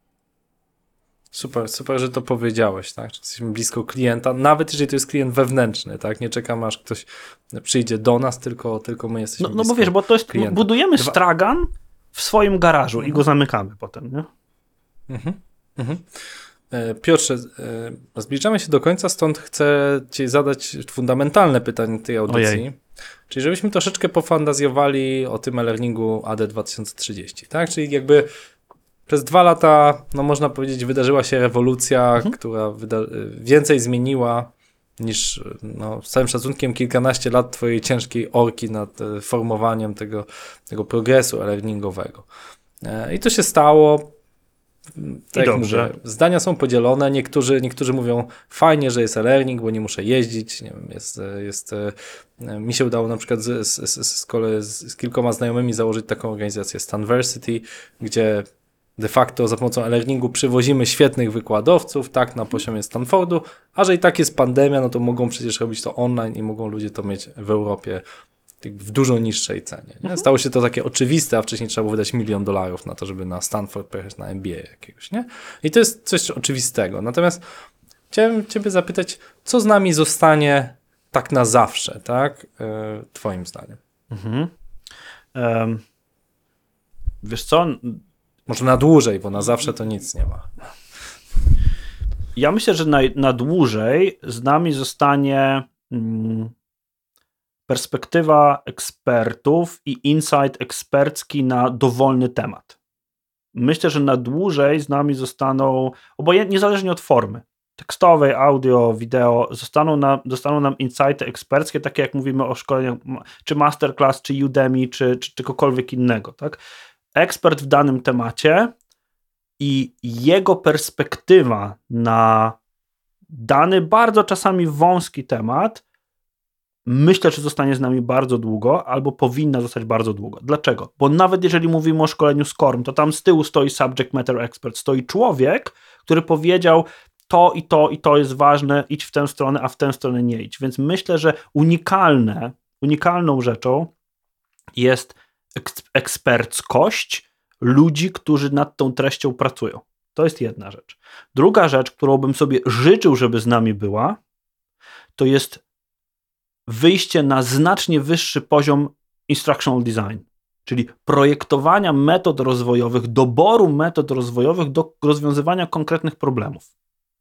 [SPEAKER 3] Super, super, że to powiedziałeś, tak? Jesteśmy blisko klienta, nawet jeżeli to jest klient wewnętrzny, tak? Nie czekamy, aż ktoś przyjdzie do nas, tylko, tylko my jesteśmy
[SPEAKER 4] no,
[SPEAKER 3] blisko
[SPEAKER 4] no bo wiesz, bo to jest,
[SPEAKER 3] klienta.
[SPEAKER 4] budujemy Dwa... stragan w swoim garażu mhm. i go zamykamy potem, nie?
[SPEAKER 3] Mhm. Mhm. Piotrze, zbliżamy się do końca, stąd chcę Ci zadać fundamentalne pytanie tej audycji. Ojej. Czyli żebyśmy troszeczkę pofantazjowali o tym e-learningu A D dwa tysiące trzydzieści, tak? Czyli jakby przez dwa lata, no można powiedzieć, wydarzyła się rewolucja, mhm. która wyda- więcej zmieniła niż, no, z całym szacunkiem, kilkanaście lat twojej ciężkiej orki nad formowaniem tego, tego progresu e-learningowego. I to się stało. Tak jak mówię, zdania są podzielone. Niektórzy, niektórzy mówią, fajnie, że jest e-learning, bo nie muszę jeździć. Nie wiem, jest, jest, mi się udało na przykład z, z, z, z, kole, z, z kilkoma znajomymi założyć taką organizację Stanversity, gdzie de facto za pomocą e-learningu przywozimy świetnych wykładowców, tak, na poziomie Stanfordu, a że i tak jest pandemia, no to mogą przecież robić to online i mogą ludzie to mieć w Europie w dużo niższej cenie. Nie? Stało się to takie oczywiste, a wcześniej trzeba było wydać milion dolarów na to, żeby na Stanford pojechać na M B A jakiegoś, nie? I to jest coś oczywistego. Natomiast chciałem Ciebie zapytać, co z nami zostanie tak na zawsze, tak? Yy, twoim zdaniem. Mhm.
[SPEAKER 4] Um, wiesz co?
[SPEAKER 3] Może na dłużej, bo na zawsze to nic nie ma.
[SPEAKER 4] Ja myślę, że na, na dłużej z nami zostanie mm, perspektywa ekspertów i insight ekspercki na dowolny temat. Myślę, że na dłużej z nami zostaną, obojętnie, niezależnie od formy, tekstowej, audio, wideo, zostaną, na, zostaną nam insighty eksperckie, takie jak mówimy o szkoleniach, czy masterclass, czy Udemy, czy, czy czegokolwiek innego, tak? Ekspert w danym temacie i jego perspektywa na dany, bardzo czasami wąski temat, myślę, że zostanie z nami bardzo długo, albo powinna zostać bardzo długo. Dlaczego? Bo nawet jeżeli mówimy o szkoleniu SCORM, to tam z tyłu stoi subject matter expert, stoi człowiek, który powiedział, to i to i to jest ważne, idź w tę stronę, a w tę stronę nie idź. Więc myślę, że unikalne, unikalną rzeczą jest eks- eksperckość ludzi, którzy nad tą treścią pracują. To jest jedna rzecz. Druga rzecz, którą bym sobie życzył, żeby z nami była, to jest wyjście na znacznie wyższy poziom instructional design, czyli projektowania metod rozwojowych, doboru metod rozwojowych do rozwiązywania konkretnych problemów.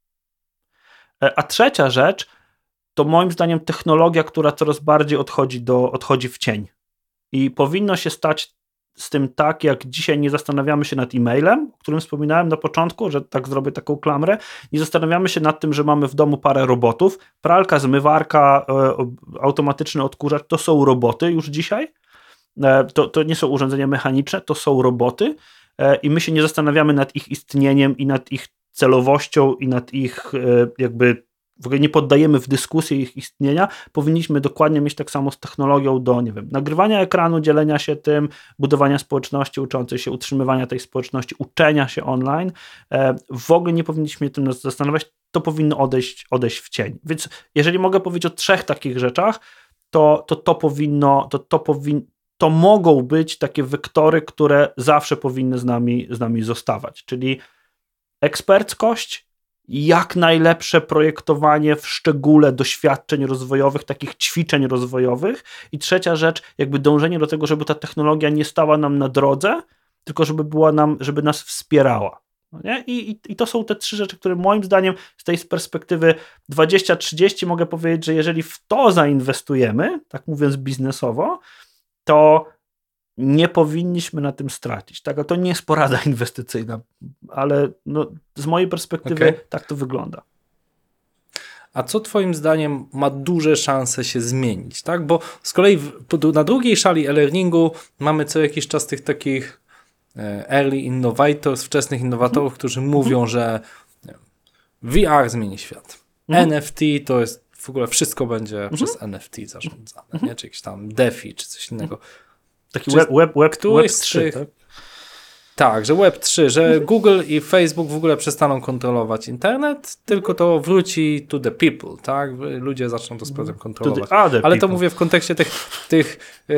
[SPEAKER 4] A trzecia rzecz to moim zdaniem technologia, która coraz bardziej odchodzi, do, odchodzi w cień. I powinno się stać z tym tak, jak dzisiaj nie zastanawiamy się nad e-mailem, o którym wspominałem na początku, że tak zrobię taką klamrę, nie zastanawiamy się nad tym, że mamy w domu parę robotów, pralka, zmywarka, e, automatyczny odkurzacz, to są roboty już dzisiaj, e, to, to nie są urządzenia mechaniczne, to są roboty e, i my się nie zastanawiamy nad ich istnieniem i nad ich celowością i nad ich e, jakby w ogóle nie poddajemy w dyskusję ich istnienia, powinniśmy dokładnie mieć tak samo z technologią do, nie wiem, nagrywania ekranu, dzielenia się tym, budowania społeczności uczącej się, utrzymywania tej społeczności, uczenia się online. W ogóle nie powinniśmy się tym zastanawiać, to powinno odejść, odejść w cień. Więc jeżeli mogę powiedzieć o trzech takich rzeczach, to to, to powinno, to, to powinno, to mogą być takie wektory, które zawsze powinny z nami, z nami zostawać, czyli eksperckość, jak najlepsze projektowanie w szczególe doświadczeń rozwojowych, takich ćwiczeń rozwojowych i trzecia rzecz, jakby dążenie do tego, żeby ta technologia nie stała nam na drodze, tylko żeby była nam, żeby nas wspierała. No nie? I, i, I to są te trzy rzeczy, które moim zdaniem z tej perspektywy dwadzieścia trzydzieści mogę powiedzieć, że jeżeli w to zainwestujemy, tak mówiąc biznesowo, to nie powinniśmy na tym stracić. Tak? A to nie jest porada inwestycyjna, ale no, z mojej perspektywy okay. tak to wygląda.
[SPEAKER 3] A co twoim zdaniem ma duże szanse się zmienić? Tak? Bo z kolei w, na drugiej szali e-learningu mamy co jakiś czas tych takich early innovators, wczesnych innowatorów, mm. którzy mówią, że nie wiem, V R zmieni świat. Mm. N F T to jest w ogóle wszystko będzie mm. przez N F T zarządzane, mm. nie? Czy jakiś tam DeFi, czy coś innego.
[SPEAKER 4] Taki web, web, web, web trzy,
[SPEAKER 3] tych,
[SPEAKER 4] tak?
[SPEAKER 3] Tak, że web trzy, że mhm. Google i Facebook w ogóle przestaną kontrolować internet, tylko to wróci to the people, tak? Ludzie zaczną to z powrotem kontrolować. Ale
[SPEAKER 4] people.
[SPEAKER 3] to mówię w kontekście tych, tych,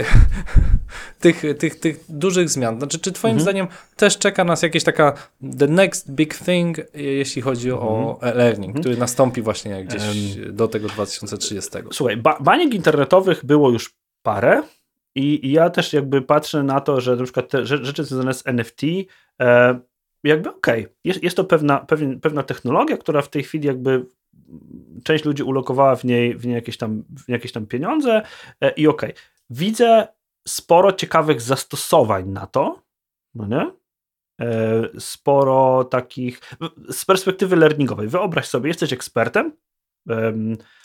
[SPEAKER 3] tych, tych, tych dużych zmian. Znaczy, czy twoim mhm. zdaniem też czeka nas jakieś taka the next big thing, jeśli chodzi mhm. o e-learning, mhm. który nastąpi właśnie gdzieś um. do tego dwa tysiące trzydziestego?
[SPEAKER 4] Słuchaj, ba- baniek internetowych było już parę. I, I ja też jakby patrzę na to, że na przykład te rzeczy związane z N F T, e, jakby okej, okay, jest, jest to pewna, pewien, pewna technologia, która w tej chwili jakby część ludzi ulokowała w niej, w niej jakieś tam, w jakieś tam pieniądze e, i okej. Okay. Widzę sporo ciekawych zastosowań na to, no nie? E, sporo takich, z perspektywy learningowej. Wyobraź sobie, jesteś ekspertem, e,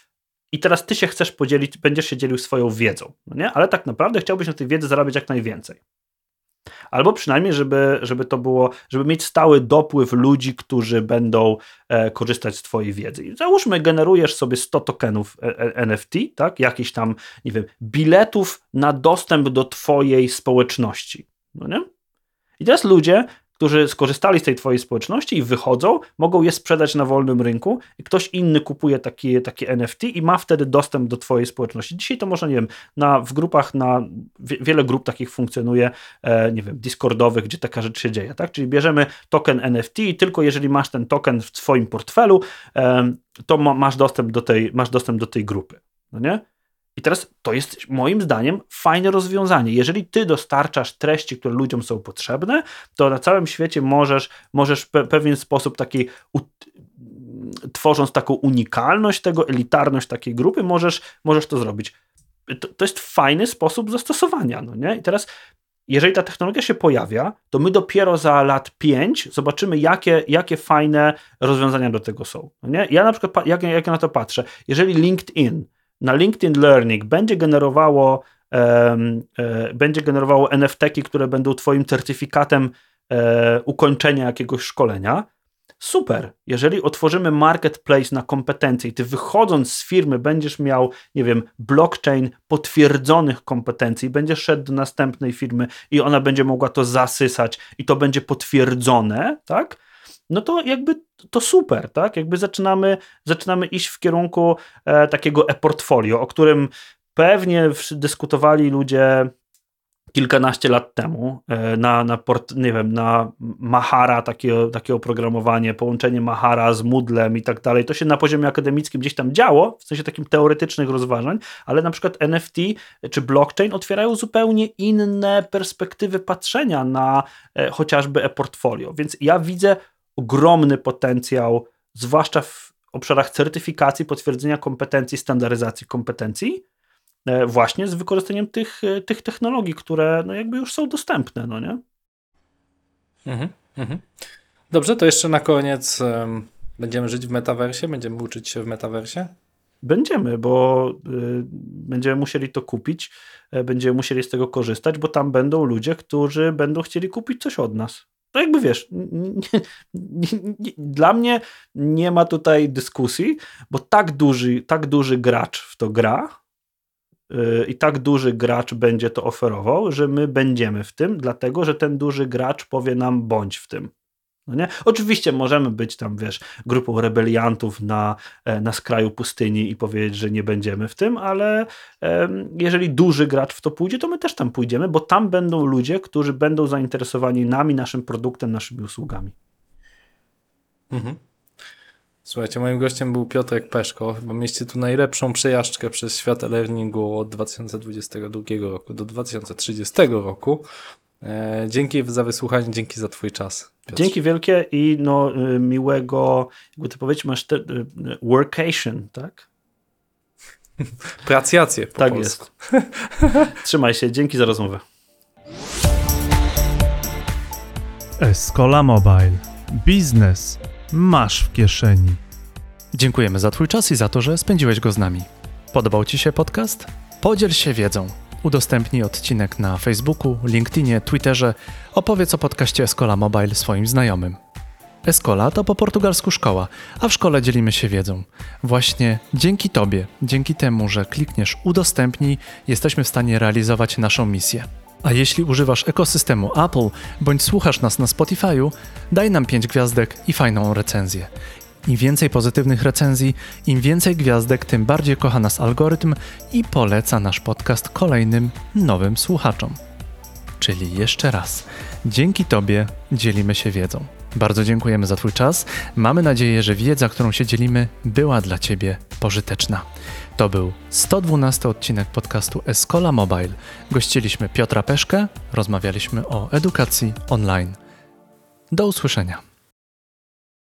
[SPEAKER 4] i teraz ty się chcesz podzielić, będziesz się dzielił swoją wiedzą, no nie? Ale tak naprawdę chciałbyś na tej wiedzy zarabiać jak najwięcej. Albo przynajmniej, żeby, żeby to było, żeby mieć stały dopływ ludzi, którzy będą e, korzystać z twojej wiedzy. I załóżmy, generujesz sobie sto tokenów e, e, N F T, tak? Jakichś tam, nie wiem, biletów na dostęp do twojej społeczności, no nie? I teraz ludzie, którzy skorzystali z tej twojej społeczności i wychodzą, mogą je sprzedać na wolnym rynku i ktoś inny kupuje takie, takie N F T i ma wtedy dostęp do twojej społeczności. Dzisiaj to można, nie wiem, na, w grupach, na wie, wiele grup takich funkcjonuje, e, nie wiem, discordowych, gdzie taka rzecz się dzieje, tak? Czyli bierzemy token N F T i tylko jeżeli masz ten token w swoim portfelu, e, to ma, masz dostęp do tej, masz dostęp do tej grupy, no nie? I teraz to jest moim zdaniem fajne rozwiązanie. Jeżeli ty dostarczasz treści, które ludziom są potrzebne, to na całym świecie możesz, możesz w pe- pewien sposób takiej, u- tworząc taką unikalność tego, elitarność takiej grupy, możesz, możesz to zrobić. To, to jest fajny sposób zastosowania. No nie? I teraz jeżeli ta technologia się pojawia, to my dopiero za lat pięć zobaczymy, jakie, jakie fajne rozwiązania do tego są. No nie? Ja na przykład, jak, jak ja na to patrzę, jeżeli LinkedIn na LinkedIn Learning będzie generowało, um, e, będzie generowało N F T-ki, które będą twoim certyfikatem e, ukończenia jakiegoś szkolenia, super. Jeżeli otworzymy marketplace na kompetencje i ty wychodząc z firmy będziesz miał, nie wiem, blockchain potwierdzonych kompetencji, będziesz szedł do następnej firmy i ona będzie mogła to zasysać i to będzie potwierdzone, tak? No to jakby to super, tak? Jakby zaczynamy, zaczynamy iść w kierunku e, takiego e-portfolio, o którym pewnie dyskutowali ludzie kilkanaście lat temu e, na, na, port, nie wiem, na Mahara, takie, takie oprogramowanie, połączenie Mahara z Moodlem i tak dalej. To się na poziomie akademickim gdzieś tam działo, w sensie takim teoretycznych rozważań, ale na przykład N F T czy blockchain otwierają zupełnie inne perspektywy patrzenia na e, chociażby e-portfolio. Więc ja widzę ogromny potencjał, zwłaszcza w obszarach certyfikacji, potwierdzenia kompetencji, standaryzacji kompetencji, właśnie z wykorzystaniem tych, tych technologii, które no jakby już są dostępne, no nie?
[SPEAKER 3] Mhm, mhm. Dobrze, to jeszcze na koniec um, będziemy żyć w metaversie? Będziemy uczyć się w metaversie?
[SPEAKER 4] Będziemy, bo y, będziemy musieli to kupić, y, będziemy musieli z tego korzystać, bo tam będą ludzie, którzy będą chcieli kupić coś od nas. To jakby wiesz, nie, nie, nie, dla mnie nie ma tutaj dyskusji, bo tak duży, tak duży gracz w to gra, i tak duży gracz będzie to oferował, że my będziemy w tym, dlatego, że ten duży gracz powie nam bądź w tym. No nie? Oczywiście możemy być tam, wiesz, grupą rebeliantów na, na skraju pustyni i powiedzieć, że nie będziemy w tym, ale um, jeżeli duży gracz w to pójdzie, to my też tam pójdziemy, bo tam będą ludzie, którzy będą zainteresowani nami, naszym produktem, naszymi usługami.
[SPEAKER 3] Mhm. Słuchajcie, moim gościem był Piotrek Peszko. Chyba mieliście tu najlepszą przejażdżkę przez świat e-learningu od dwa tysiące dwudziestego drugiego roku do dwa tysiące trzydziestego roku. E, dzięki za wysłuchanie, dzięki za twój czas, Piotr.
[SPEAKER 4] Dzięki wielkie i no, miłego, jakby to powiedzieć, masz te, workation, tak?
[SPEAKER 3] Pracjacje po
[SPEAKER 4] tak
[SPEAKER 3] polsku.
[SPEAKER 4] jest. Trzymaj się, dzięki za rozmowę.
[SPEAKER 2] Escola Mobile. Biznes masz w kieszeni.
[SPEAKER 1] Dziękujemy za twój czas i za to, że spędziłeś go z nami. Podobał ci się podcast? Podziel się wiedzą. Udostępnij odcinek na Facebooku, LinkedInie, Twitterze. Opowiedz o podcaście Escola Mobile swoim znajomym. Escola to po portugalsku szkoła, a w szkole dzielimy się wiedzą. Właśnie dzięki tobie, dzięki temu, że klikniesz udostępnij, jesteśmy w stanie realizować naszą misję. A jeśli używasz ekosystemu Apple bądź słuchasz nas na Spotify'u, daj nam pięć gwiazdek i fajną recenzję. Im więcej pozytywnych recenzji, im więcej gwiazdek, tym bardziej kocha nas algorytm i poleca nasz podcast kolejnym, nowym słuchaczom. Czyli jeszcze raz, dzięki tobie dzielimy się wiedzą. Bardzo dziękujemy za twój czas. Mamy nadzieję, że wiedza, którą się dzielimy, była dla ciebie pożyteczna. To był sto dwunasty odcinek podcastu Escola Mobile. Gościliśmy Piotra Peszkę, rozmawialiśmy o edukacji online. Do usłyszenia.